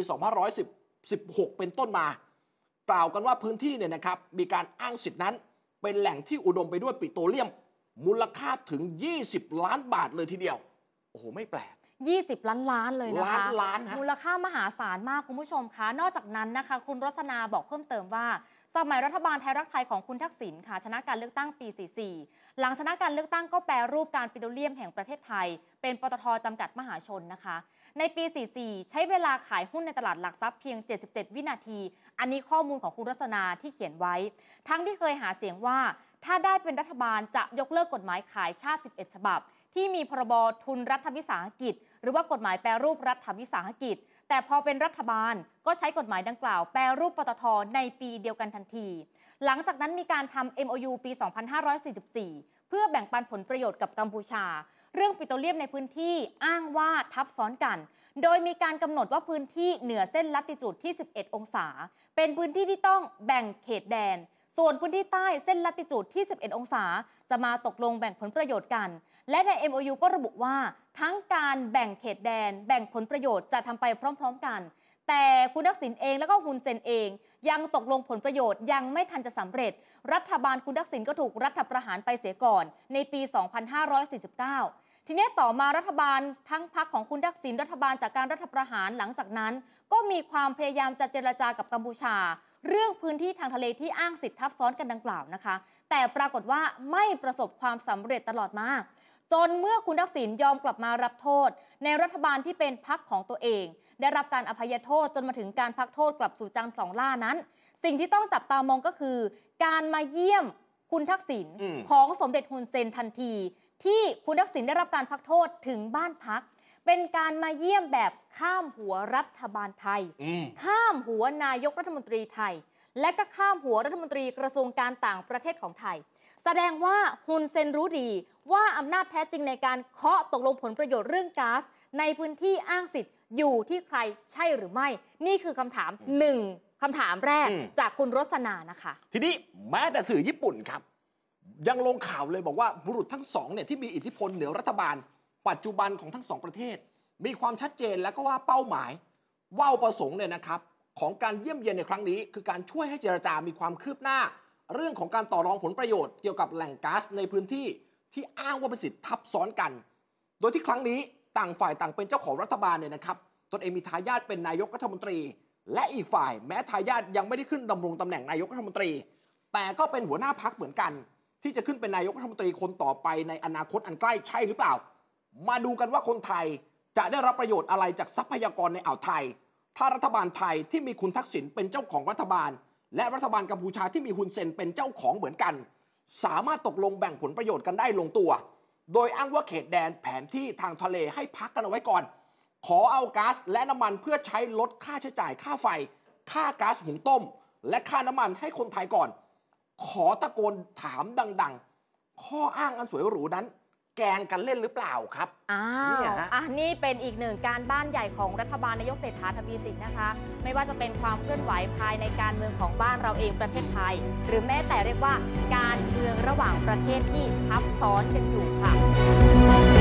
2516 เป็นต้นมากล่าวกันว่าพื้นที่เนี่ยนะครับมีการอ้างสิทธินั้นเป็นแหล่งที่อุดมไปด้วยปิโตรเลียมมูลค่าถึง20 ล้านบาทเลยทีเดียวโอ้โหไม่แปลก 20 ล้านเลยนะคะล้านมูลค่ามหาศาลมากคุณผู้ชมคะนอกจากนั้นนะคะคุณรัตนาบอกเพิ่มเติมว่าสมัยรัฐบาลไทยรักไทยของคุณทักษิณค่ะชนะการเลือกตั้งปี 44 หลังชนะการเลือกตั้งก็แปรรูปการปิโตรเลียมแห่งประเทศไทยเป็นปตท.จำกัดมหาชนนะคะในปี 44 ใช้เวลาขายหุ้นในตลาดหลักทรัพย์เพียง 77 วินาทีอันนี้ข้อมูลของคุณรัศนาที่เขียนไว้ทั้งที่เคยหาเสียงว่าถ้าได้เป็นรัฐบาลจะยกเลิกกฎหมายขายชาติ 11 ฉบับที่มีพรบทุนรัฐวิสาหกิจหรือว่ากฎหมายแปรรูปรัฐวิสาหกิจแต่พอเป็นรัฐบาลก็ใช้กฎหมายดังกล่าวแปรรูปปตท.ในปีเดียวกันทันทีหลังจากนั้นมีการทำ MOU ปี 2544 เพื่อแบ่งปันผลประโยชน์กับกัมพูชาเรื่องปิโตรเลียมในพื้นที่อ้างว่าทับซ้อนกันโดยมีการกำหนดว่าพื้นที่เหนือเส้นลัติจูดที่ 11 องศาเป็นพื้นที่ที่ต้องแบ่งเขตแดนส่วนพื้นที่ใต้เส้นลัติจูดที่ 11 องศาจะมาตกลงแบ่งผลประโยชน์กันและใน MOU ก็ระบุว่าทั้งการแบ่งเขตแดนแบ่งผลประโยชน์จะทำไปพร้อมๆกันแต่คุณทักษิณเองแล้วก็ฮุนเซนเองยังตกลงผลประโยชน์ยังไม่ทันจะสำเร็จรัฐบาลคุณทักษิณก็ถูกรัฐประหารไปเสียก่อนในปี 2549 ทีนี้ต่อมารัฐบาลทั้งพรรคของคุณทักษิณรัฐบาลจากการรัฐประหารหลังจากนั้นก็มีความพยายามจะเจรจากับกัมพูชาเรื่องพื้นที่ทางทะเลที่อ้างสิทธิทับซ้อนกันดังกล่าวนะคะแต่ปรากฏว่าไม่ประสบความสำเร็จตลอดมาจนเมื่อคุณทักษิณยอมกลับมารับโทษในรัฐบาลที่เป็นพรรคของตัวเองได้รับการอภัยโทษจนมาถึงการพักโทษกลับสู่จังสองล่านั้นสิ่งที่ต้องจับตามองก็คือการมาเยี่ยมคุณทักษิณของสมเด็จฮุนเซนทันทีที่คุณทักษิณได้รับการพักโทษถึงบ้านพักเป็นการมาเยี่ยมแบบข้ามหัวรัฐบาลไทยข้ามหัวนายกรัฐมนตรีไทยและก็ข้ามหัวรัฐมนตรีกระทรวงการต่างประเทศของไทยแสดงว่าฮุนเซนรู้ดีว่าอำนาจแท้จริงในการเคาะตกลงผลประโยชน์เรื่องก๊าซในพื้นที่อ้างสิทธิ์อยู่ที่ใครใช่หรือไม่นี่คือคำถามคำถามแรกจากคุณรสนานะคะทีนี้แม้แต่สื่อญี่ปุ่นครับยังลงข่าวเลยบอกว่าบุรุษทั้งสองเนี่ยที่มีอิทธิพลเหนือรัฐบาลปัจจุบันของทั้งสองประเทศมีความชัดเจนและก็ว่าเป้าหมายว่าวประสงค์เนี่ยนะครับของการเยี่ยมเยียนในครั้งนี้คือการช่วยให้เจรจามีความคืบหน้าเรื่องของการต่อรองผลประโยชน์เกี่ยวกับแหล่งก๊าซในพื้นที่ที่อ้างว่าเป็นสิทธิทับซ้อนกันโดยที่ครั้งนี้ต่างฝ่ายต่างเป็นเจ้าของรัฐบาลเนี่ยนะครับตนเองมีทายาทเป็นนายกรัฐมนตรีและอีกฝ่ายแม้ทายาทยังไม่ได้ขึ้นดำรงตำแหน่งนายกรัฐมนตรีแต่ก็เป็นหัวหน้าพรรคเหมือนกันที่จะขึ้นเป็นนายกรัฐมนตรีคนต่อไปในอนาคตอันใกล้ใช่หรือเปล่ามาดูกันว่าคนไทยจะได้รับประโยชน์อะไรจากทรัพยากรในอ่าวไทยถ้ารัฐบาลไทยที่มีคุณทักษิณเป็นเจ้าของรัฐบาลและรัฐบาลกัมพูชาที่มีฮุนเซนเป็นเจ้าของเหมือนกันสามารถตกลงแบ่งผลประโยชน์กันได้ลงตัวโดยอ้างว่าเขตแดนแผนที่ทางทะเลให้พักกันเอาไว้ก่อนขอเอาก๊าซและน้ำมันเพื่อใช้ลดค่าใช้จ่ายค่าไฟค่าก๊าซหุงต้มและค่าน้ำมันให้คนไทยก่อนขอตะโกนถามดังๆข้ออ้างอันสวยหรูนั้นแกงกันเล่นหรือเปล่าครับนี่เป็นอีกหนึ่งการบ้านใหญ่ของรัฐบาลนายกเศรษฐาทวีสินนะคะไม่ว่าจะเป็นความเคลื่อนไหวภายในการเมืองของบ้านเราเองประเทศไทยหรือแม้แต่เรียกว่าการเมืองระหว่างประเทศที่ทับซ้อนกันอยู่ค่ะ